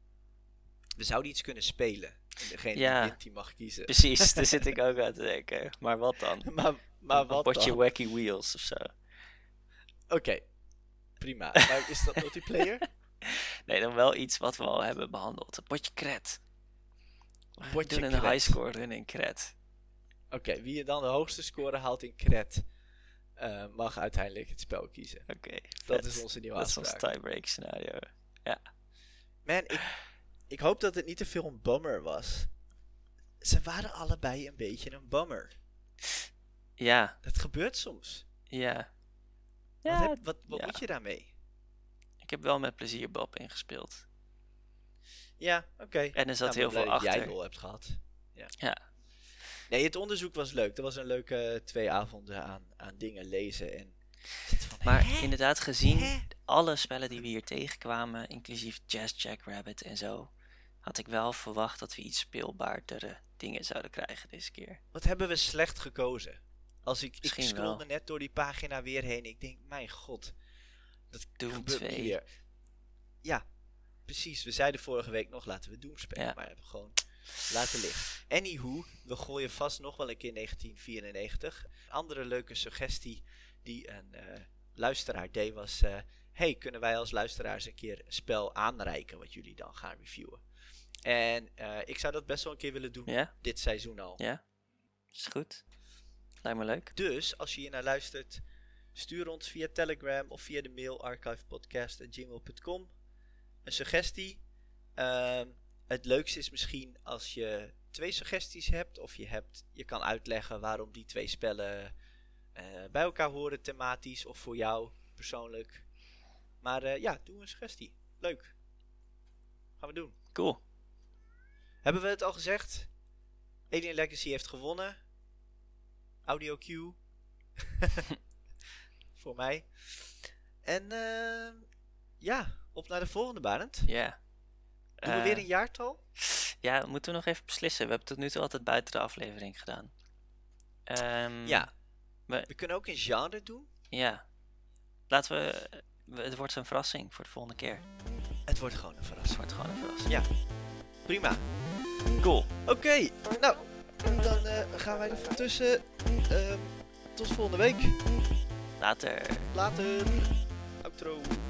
We zouden iets kunnen spelen. En degene Ja. die wint, die mag kiezen. Precies, daar zit ik ook aan te denken. Maar wat dan? maar Een wat potje dan? Wacky Wheels of zo. Oké. Prima. Maar is dat multiplayer? Nee, dan wel iets wat we al hebben behandeld. Een potje kret. We Potje doen een kret. highscore run in kret. Oké, wie dan de hoogste score haalt in Kret, mag uiteindelijk het spel kiezen. Oké, Dat vet. is onze nieuwe Dat is ons afspraak. tiebreak scenario. Man, ik hoop dat het niet te veel een bummer was. Ze waren allebei een beetje een bummer. Ja, Dat gebeurt soms. ja. Wat ja. moet je daarmee? Ik heb wel met plezier Bob ingespeeld. Ja, oké. En er zat Nou, heel ik ben veel blij dat jij achter. lol hebt gehad. Ja, Nee, het onderzoek was leuk. Er was een leuke 2 avonden aan dingen lezen. En zit van, maar hè? inderdaad gezien Hè? alle spellen die we hier tegenkwamen, inclusief Jazz Jackrabbit en zo, had ik wel verwacht dat we iets speelbaardere dingen zouden krijgen deze keer. Wat hebben we slecht gekozen? Als ik Misschien scrollde wel. net door die pagina weer heen. Ik denk, mijn god. Dat Doom gebeurt 2. niet weer. Ja, precies. We zeiden vorige week nog, laten we Doom spelen. Ja. Maar we hebben gewoon laten liggen. Anywho, we gooien vast nog wel een keer 1994. Andere leuke suggestie die een luisteraar deed was... hey, kunnen wij als luisteraars een keer een spel aanreiken wat jullie dan gaan reviewen? En ik zou dat best wel een keer willen doen Ja? dit seizoen al. Ja? Is goed. Lijkt me leuk. Dus, als je hier naar luistert, stuur ons via Telegram of via de mail archivepodcast@gmail.com een suggestie. Het leukste is misschien als je 2 suggesties hebt, of je kan uitleggen waarom die 2 spellen bij elkaar horen thematisch of voor jou persoonlijk. Maar ja, doe een suggestie. Leuk. Gaan we doen. Cool. Hebben we het al gezegd? Alien Legacy heeft gewonnen. Audio cue. Voor mij. En ja, op naar de volgende, Barend. Ja. Doen we weer een jaartal? Ja, moeten we nog even beslissen. We hebben tot nu toe altijd buiten de aflevering gedaan. Ja. we- We kunnen ook een genre doen. Ja. Laten we... Het wordt een verrassing voor de volgende keer. Het wordt gewoon een verrassing. Het wordt gewoon een verrassing. Ja. Prima. Cool. Oké, nou, dan gaan wij er van tussen. Tot volgende week. Later. Later. Outro.